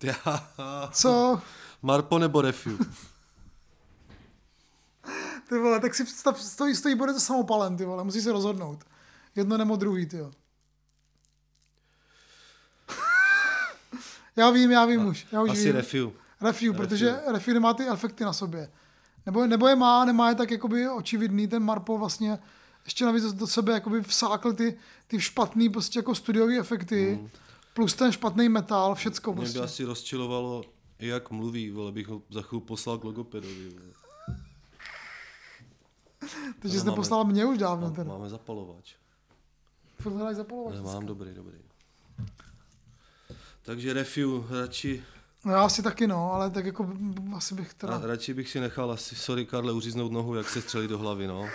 Co? Marpo nebo Refiu? Ty vole, tak si představ, stojí, stojí bude to samopalem, ty vole, musíš se rozhodnout. Jedno nebo druhý, ty jo. Já vím, já vím už. Já už Asi vím. Refiu. Refiu, protože Refiu nemá ty efekty na sobě. Nebo, nebo je má, nemá je tak jakoby očividný, ten Marpo vlastně ještě navíc do sebe jakoby vsákl ty, ty špatný prostě jako studiový efekty, mm. plus ten špatný metal, všecko Mě prostě. by asi rozčilovalo, jak mluví, vole, bych ho za chvíli poslal k logopedovi. Takže jsi neposlal mě už dávno. Máme, máme zapalovač. Furt hledáš zapalovač. Ne, mám dobrý, dobrý. Takže refiu radši... No já asi taky no, ale tak jako asi bych teda... A radši bych si nechal asi, sorry Karle, uříznout nohu, jak se střelí do hlavy, no.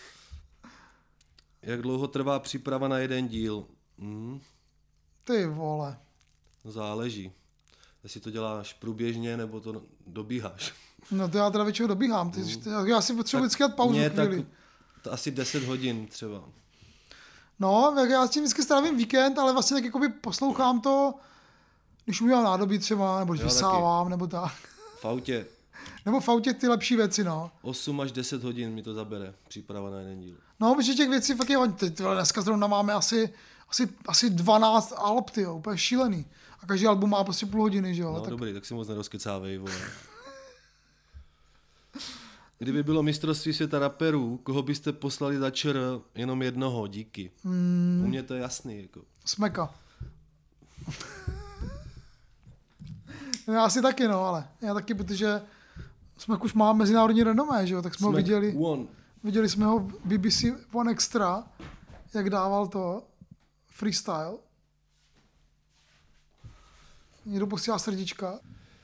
Jak dlouho trvá příprava na jeden díl? Hmm. Ty vole. Záleží. Jestli to děláš průběžně, nebo to dobíháš. No to já teda většinou dobíhám. Ty, hmm. Já si potřebuji vždycky dát pauzu mě, chvíli. Tak, to asi deset hodin třeba. No, já s tím vždycky strávím víkend, ale vlastně tak jakoby poslouchám to, když umívám nádobí třeba, nebo když Já vysávám, nebo tak. V autě. Nebo v autě ty lepší věci, no. osm až deset hodin mi to zabere, příprava na jeden díl. No, protože těch věcí fakt je hodně. Teď dneska zrovna máme asi, asi, asi dvanáct alb, tyjo, úplně šílený. A každý album má prostě půl hodiny, že jo. No tak... dobrý, tak si moc nerozkecávej, vole. Kdyby bylo mistrovství světa raperů, koho byste poslali za ČR? Jenom jednoho, díky. Hmm. U mě to je jasný, jako. Smeka. Já asi taky, no, ale já taky, protože Smek už má mezinárodní renomé, že jo, tak jsme Smek ho viděli. One. Viděli jsme ho v B B C One Extra, jak dával to freestyle. Někdo posílá srdíčka.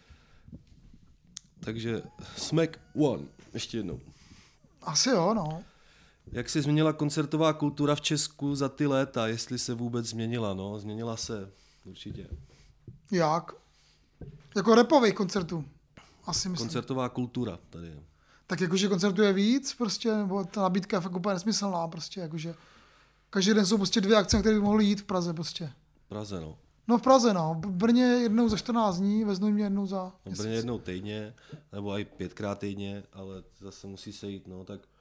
Takže Smek One, ještě jednou. Asi jo, no. Jak se změnila koncertová kultura v Česku za ty léta, jestli se vůbec změnila, no, změnila se, určitě. Jak? Jako rapových koncertů, asi myslím. Koncertová kultura tady je. Tak jakože koncertuje víc, prostě, nebo ta nabídka je fakt úplně nesmyslná, prostě, jakože každý den jsou prostě dvě akce, které by mohly jít v Praze, prostě. V Praze, no. No v Praze, no. V Brně jednou za čtrnáct dní, ve Znojmě jednou za... V Brně jednou týdně, nebo i pětkrát týdně, ale zase musí se jít, no, tak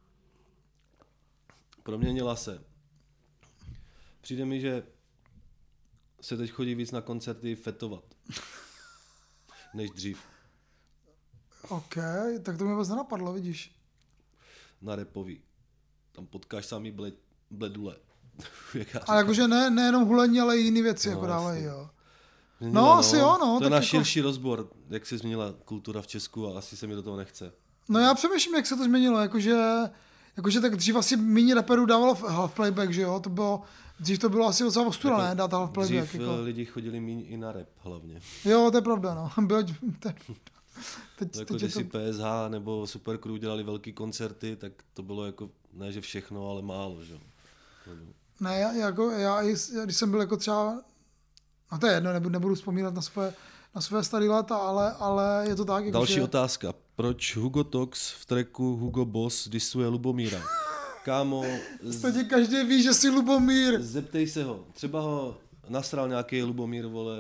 proměnila se. Přijde mi, že se teď chodí víc na koncerty fetovat, než dřív. OK, tak to mi vůbec nenapadlo, vidíš. Na rapový. Tam potkáš samý bled, bledule. A jakože ne, nejenom hulení, ale i jiné věci, no, jako dávají, jo. Změnila, no, asi jo, no. To je na jako... širší rozbor, jak se změnila kultura v Česku a asi se mi do toho nechce. No já přemýšlím, jak se to změnilo, jakože, jakože tak dřív asi méně raperů dávalo half playback, že jo, to bylo, dřív to bylo asi docela ostuda, jako, ne, dát half playback. Dřív jako... lidi chodili méně i na rap hlavně. Jo, to je pravda, no. Bylo, te... Teď, jako teď když to... si P S H nebo Super Crew dělali velký koncerty, tak to bylo jako, ne že všechno, ale málo, že jo. Ne, já, jako, já, když jsem byl jako třeba, no to je jedno, nebudu, nebudu vzpomínat na své, na své staré léta, ale, ale je to tak. Jako, další že... otázka. Proč Hugo Tox v tracku Hugo Boss disuje Lubomíra? Kámo... Z... každý ví, že jsi Lubomír. Zeptej se ho. Třeba ho nasral nějaký Lubomír, vole...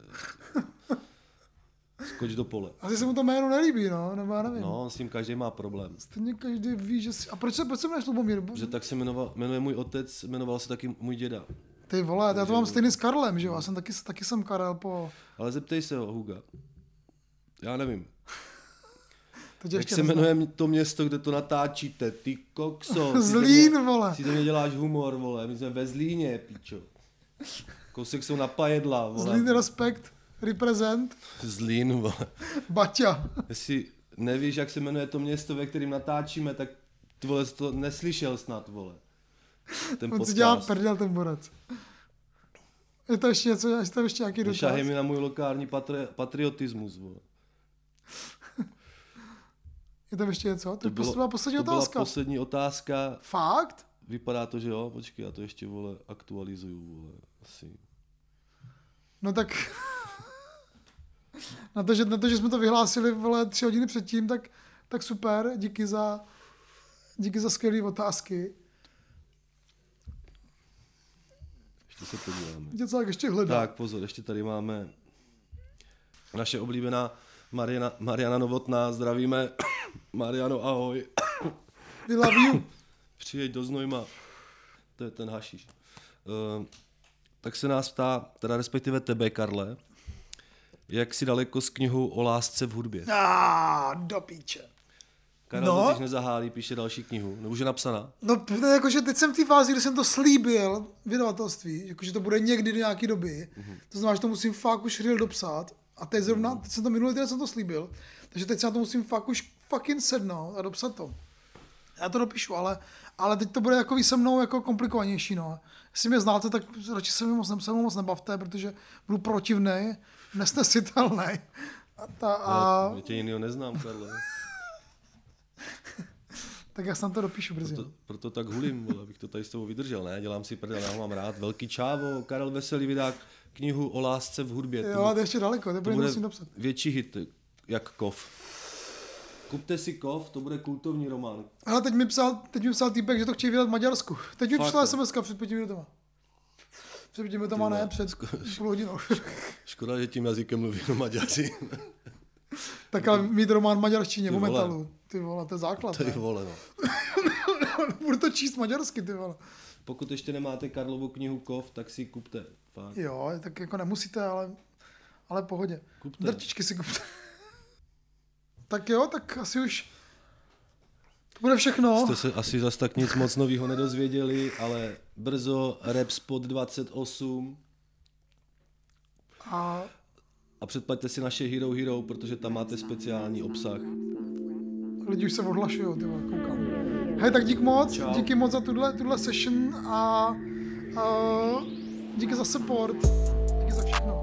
Skoč do pole. Asi se mu to jméno nelíbí, no, nebo já nevím. No, s tím každý má problém. Stejně každý ví, že si... A proč se, proč se jmenuješ Lubomír? Že tak se jmenoval, jmenuje můj otec, jmenoval se taky můj děda. Ty vole, já to mám stejný s Karlem, že jo, já jsem taky, taky jsem Karel po... Ale zeptej se ho, Huga. Já nevím. Teď jak se jmenuje to město, kde to natáčíte, ty kokso. Zlín, mě, vole. Si to mě děláš humor, vole, my jsme ve Zlíně, píčo. Kousek jsou na Pajedla, vole. Zlín, respekt. Represent. Zlín, vole. Baťa. Jestli nevíš, jak se jmenuje to město, ve kterém natáčíme, tak ty vole to neslyšel snad, vole. Ten on si dělá prdel, ten borec. Je to ještě něco, je to ještě nějaký dotaz? Nešahej mi na můj lokální patri- patriotismus, vole. Je tam ještě něco? To, to, bylo, byla poslední to otázka. byla poslední otázka. Fakt? Vypadá to, že jo? Počkej, já to ještě, vole, aktualizuju, vole, asi. No tak... na, to, že, na to, že jsme to vyhlásili, vole, tři hodiny předtím, tak, tak super, díky za, díky za skvělé otázky. Ještě se podíváme. Něco tak ještě hledá. Tak pozor, ještě tady máme naše oblíbená Mariana, Mariana Novotná, zdravíme. Mariano, ahoj. We love you. Přijeď do Znojma. To je ten hašiš. Uh, tak se nás ptá, teda respektive tebe, Karle, jak si daleko s knihou o lásce v hudbě? Ah, do píče. Karel no. Totiž nezahálí, píše další knihu. No už je napsaná. No, jakože teď jsem v té fázi, kdy jsem to slíbil vydavatelství, jakože to bude někdy do nějaké doby. Mm-hmm. To znamená, že to musím fakt už real dopsat. A teď zrovna, teď jsem to minulý týden jsem to slíbil, takže teď se na to musím fakt už fucking sednout a dopsat to. Já to dopíšu, ale, Ale teď to bude jako se mnou jako komplikovanější, no. Jestli mě znáte, tak radši se mi moc, se mnou moc nebavte, protože budu protivnej, nesnesitelnej. A ta, a... Já tě jinýho neznám, Karle. Tak já snad to dopíšu brzy. Proto, proto tak hulím, vole, abych to tady s tebou vydržel, ne? Dělám si prdel, já ho mám rád. Velký čávo, Karel Veselý vydá knihu o lásce v hudbě. Jo, ale to je ještě daleko, to, to bude musím dopsat. Větší hit, jak Kov. Kupte si Kov, to bude kultovní román. Ale teď mi psal, teď mi psal týpek, že to chtějí vydat v Maďarsku. Teď mi přišla es em eska před pěti minutama. Před pěti minutama ne, před půl hodinou. Škoda, že tím jazykem mluví o Maďaři. Tak ale mít román v maďarštině, o metalu. Ty vole, to je základ. Ty vole, no. Budu to číst maďarsky, ty vole. Pokud ještě nemáte Karlovu knihu Kov, tak si ji kupte. Fakt. Jo, tak jako nemusíte, ale, ale pohodě. Kupte. Drtičky si kupte. Tak jo, tak asi už to bude všechno. Jste se asi zas tak nic moc novýho nedozvěděli, ale brzo Rap Spot dvacet osm. A... A předplaťte si naše Hero Hero, protože tam máte speciální obsah. Lidi už se odhlašujou, ty vole, koukám. Hej, tak dík moc, Čau. díky moc za tuhle, tuhle session a, a díky za support, díky za všechno.